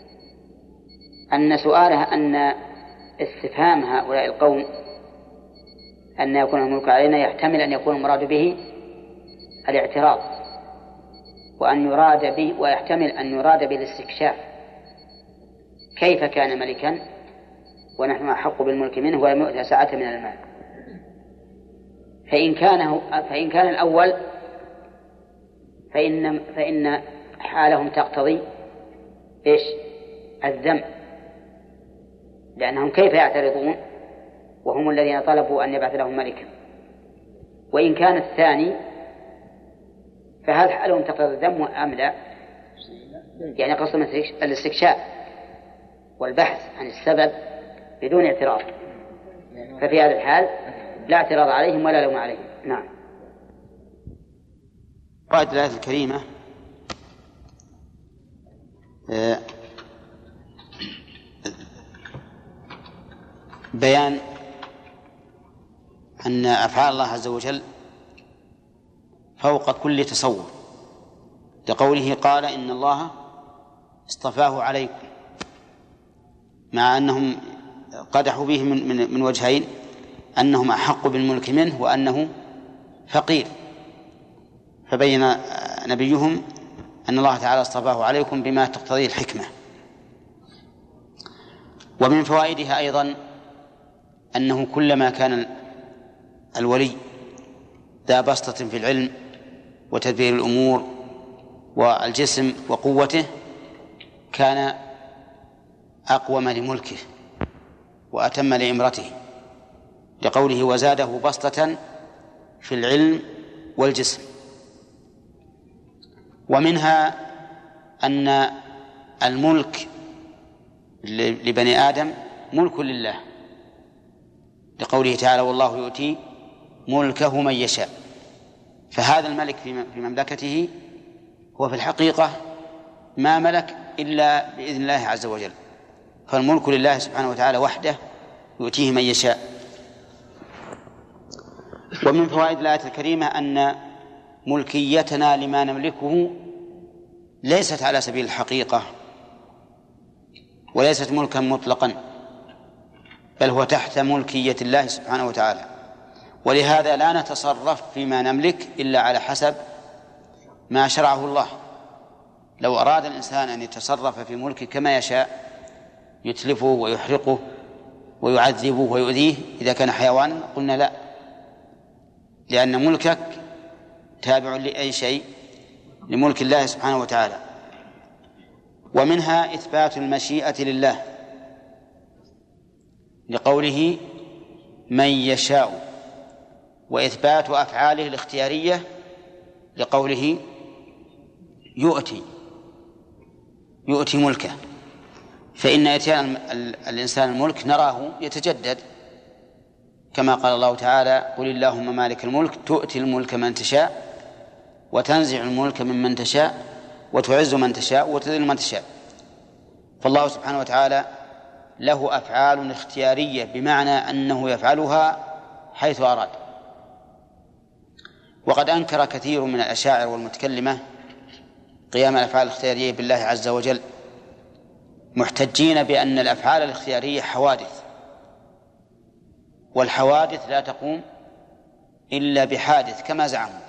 أن سؤالها أن استفهام هؤلاء القوم أن يكون الملك علينا يحتمل أن يكون المراد به الاعتراض، وأن يراد به ويحتمل أن يراد به الاستكشاف، كيف كان ملكا ونحن أحق بالملك منه ولم يؤت سعة من المال. فإن كان فإن كان الأول فإن فإن حالهم تقتضي إيش؟ الذم، لأنهم كيف يعترضون وهم الذين طلبوا أن يبعث لهم ملكا. وإن كان الثاني فهل حالهم تقتضي الذم أم لا؟ يعني قصدهم الاستكشاف والبحث عن السبب بدون اعتراض، ففي هذا الحال لا اعتراض عليهم ولا لوم عليهم. نعم. قاعدة الآية الكريمة بيان أن أفعال الله عز وجل فوق كل تصور، لقوله قال إن الله اصطفاه عليكم، مع أنهم قدحوا به من, من, من وجهين، أنهم أحق بالملك منه وأنه فقير، فبين نبيهم أن الله تعالى اصطفاه عليكم بما تقتضيه الحكمة. ومن فوائدها أيضا أنه كلما كان الولي ذا بسطة في العلم وتدبير الأمور والجسم وقوته كان أقوم لملكه وأتم لإمرته، لقوله وزاده بسطة في العلم والجسم. ومنها أن الملك لبني آدم ملك لله، لقوله تعالى والله يؤتي ملكه من يشاء، فهذا الملك في مملكته هو في الحقيقة ما ملك إلا بإذن الله عز وجل، فالملك لله سبحانه وتعالى وحده يؤتيه من يشاء. ومن فوائد الآية الكريمة أن ملكيتنا لما نملكه ليست على سبيل الحقيقة وليست ملكا مطلقا، بل هو تحت ملكية الله سبحانه وتعالى، ولهذا لا نتصرف فيما نملك إلا على حسب ما شرعه الله. لو أراد الإنسان أن يتصرف في ملكه كما يشاء يتلفه ويحرقه ويعذبه ويؤذيه إذا كان حيوانا قلنا لا، لأن ملكك تابع لأي شيء لملك الله سبحانه وتعالى. ومنها إثبات المشيئة لله، لقوله من يشاء، وإثبات أفعاله الاختيارية لقوله يؤتي يؤتي ملكه. فإن إتيان الإنسان الملك نراه يتجدد، كما قال الله تعالى قل اللهم مالك الملك تؤتي الملك من تشاء وتنزع الملك ممن تشاء وتعز من تشاء وتذل من تشاء. فالله سبحانه وتعالى له أفعال اختيارية، بمعنى أنه يفعلها حيث أراد. وقد أنكر كثير من الأشاعرة والمتكلمة قيام الأفعال الاختيارية بالله عز وجل، محتجين بأن الأفعال الاختيارية حوادث، والحوادث لا تقوم إلا بحادث كما زعموا.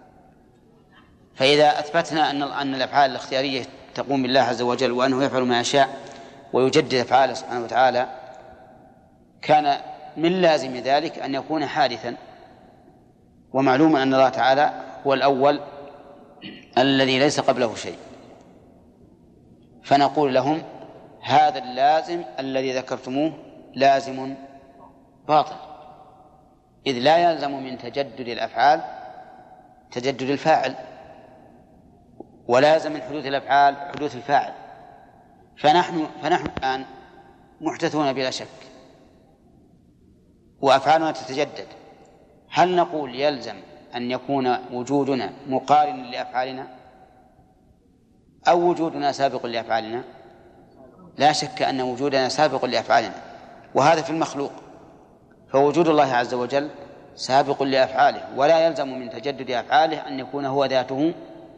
فإذا أثبتنا أن أن الأفعال الاختيارية تقوم بالله عز وجل وأنه يفعل ما يشاء ويجدد أفعاله سبحانه وتعالى، كان من لازم ذلك أن يكون حادثا، ومعلوم أن الله تعالى هو الأول الذي ليس قبله شيء، فنقول لهم هذا اللازم الذي ذكرتموه لازم باطل، إذ لا يلزم من تجدد الأفعال تجدد الفاعل، ولازم من حدوث الأفعال حدوث الفاعل. فنحن فنحن الآن محدثون بلا شك وأفعالنا تتجدد، هل نقول يلزم أن يكون وجودنا مقارن لأفعالنا أو وجودنا سابق لأفعالنا؟ لا شك أن وجودنا سابق لأفعالنا، وهذا في المخلوق، فوجود الله عز وجل سابق لأفعاله، ولا يلزم من تجدد أفعاله أن يكون هو ذاته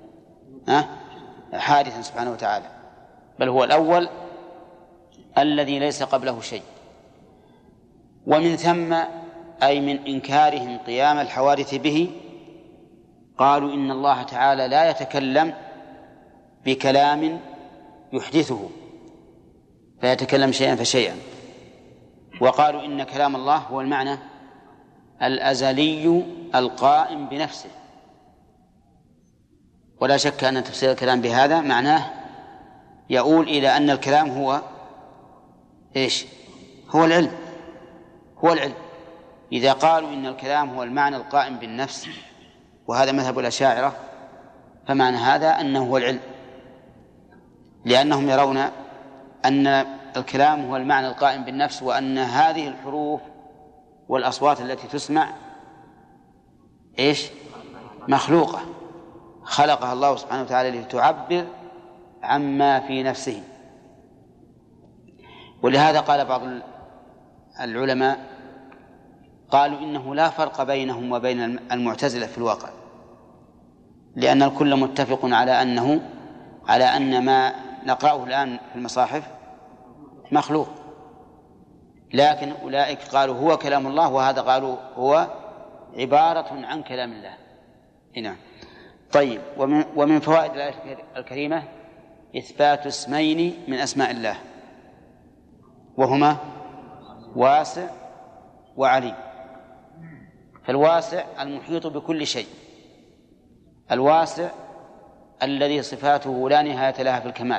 حادثا سبحانه وتعالى، بل هو الأول الذي ليس قبله شيء. ومن ثم أي من إنكارهم قيام الحوادث به قالوا إن الله تعالى لا يتكلم بكلام يحدثه فيتكلم شيئا فشيئا، وقالوا إن كلام الله هو المعنى الأزلي القائم بنفسه. ولا شك أن تفسير الكلام بهذا معناه يؤول إلى أن الكلام هو إيش؟ هو العلم، هو العلم. إذا قالوا إن الكلام هو المعنى القائم بالنفس، وهذا مذهب الأشاعرة، فمعنى هذا أنه هو العلم، لأنهم يرون أن الكلام هو المعنى القائم بالنفس، وأن هذه الحروف والأصوات التي تسمع إيش؟ مخلوقة، خلقها الله سبحانه وتعالى لتعبر عما في نفسه. ولهذا قال بعض العلماء قالوا إنه لا فرق بينهم وبين المعتزلة في الواقع، لأن الكل متفق على أنه على أن ما نقرأه الآن في المصاحف مخلوق، لكن أولئك قالوا هو كلام الله، وهذا قالوا هو عبارة عن كلام الله. هنا طيب. ومن, ومن فوائد الآية الكريمة إثبات اسمين من أسماء الله، وهما واسع وعليم. فالواسع المحيط بكل شيء، الواسع الذي صفاته لا نهاية لها في الكمال،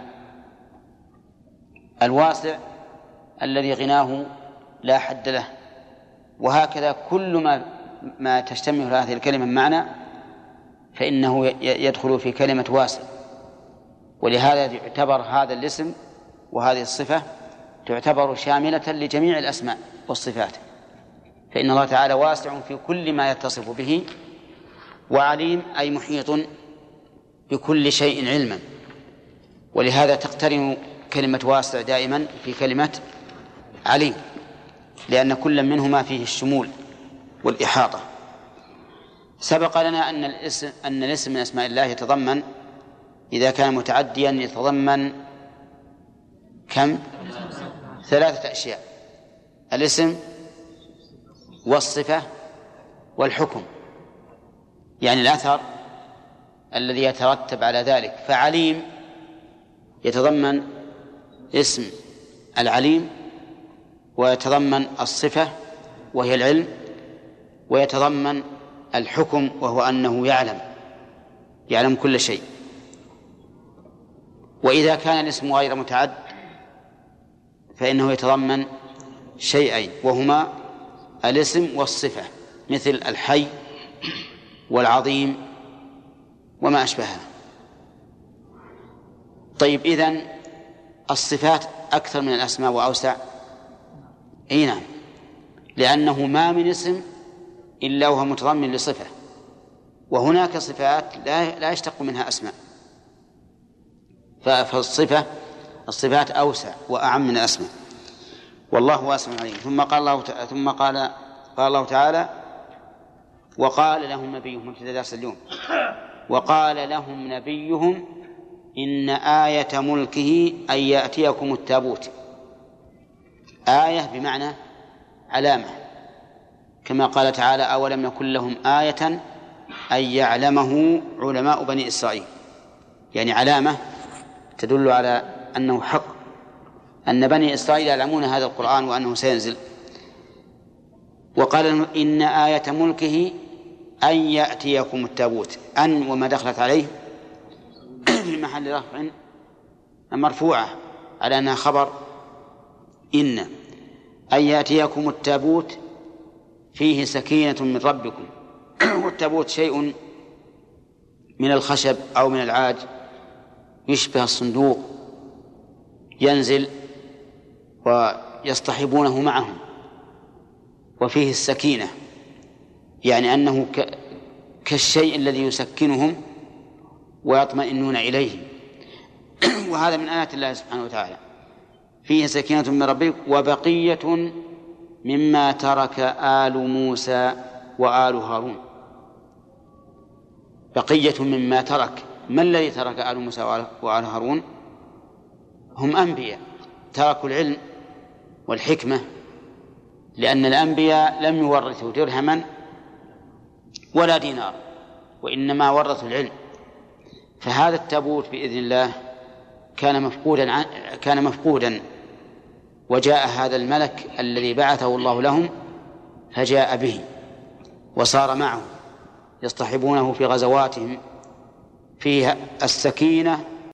الواسع الذي غناه لا حد له. وهكذا كل ما ما تشتمل هذه الكلمة معنى فإنه يدخل في كلمة واسع. ولهذا يعتبر هذا الاسم وهذه الصفة تعتبر شاملة لجميع الأسماء والصفات، فإن الله تعالى واسع في كل ما يتصف به، وعليم أي محيط بكل شيء علما. ولهذا تقترن كلمة واسع دائما في كلمة عليم، لأن كل منهما فيه الشمول والإحاطة. سبق لنا أن الاسم, أن الاسم من أسماء الله يتضمن إذا كان متعديا يتضمن كم؟ ثلاثة أشياء: الاسم والصفة والحكم، يعني الأثر الذي يترتب على ذلك. فعليم يتضمن اسم العليم، ويتضمن الصفة وهي العلم، ويتضمن الحكم وهو أنه يعلم يعلم كل شيء. وإذا كان الاسم غير متعد فإنه يتضمن شيئين، وهما الاسم والصفة، مثل الحي والعظيم وما أشبهها. طيب، إذن الصفات أكثر من الأسماء وأوسع؟ أي نعم، لأنه ما من اسم إلا وهو متضمن لصفة، وهناك صفات لا لا يشتق منها أسماء، فالصفة الصفات أوسع وأعم من الأسماء، والله واسع عليم. ثم قال الله تعالى ثم قال قال الله تعالى: وقال لهم نبيهم، ابتدأ درس اليوم، وقال لهم نبيهم إن آية ملكه أن يأتيكم التابوت. آية بمعنى علامة، كما قال تعالى: أولم يكن لهم آية أن يعلمه علماء بني إسرائيل، يعني علامة تدل على أنه حق، أن بني إسرائيل يعلمون هذا القرآن وأنه سينزل. وقال إن آية ملكه أن يأتيكم التابوت. أن وما دخلت عليه في محل رفع مرفوعة على أنها خبر إن. أن يأتيكم التابوت فيه سكينة من ربكم. والتابوت شيء من الخشب أو من العاج يشبه الصندوق، ينزل ويصطحبونه معهم، وفيه السكينة، يعني أنه كالشيء الذي يسكنهم ويطمئنون إليه. وهذا من آيات الله سبحانه وتعالى. فيه سكينة من ربك وبقية مما ترك آل موسى وآل هارون. بقية مما ترك. ما الذي ترك آل موسى وآل هارون؟ هم أنبياء تركوا العلم والحكمة، لأن الأنبياء لم يورثوا درهما ولا دينار، وإنما ورثوا العلم. فهذا التابوت بإذن الله كان مفقودا كان مفقودا وجاء هذا الملك الذي بعثه الله لهم فجاء به وصار معه يصطحبونه في غزواتهم. فيها السكينة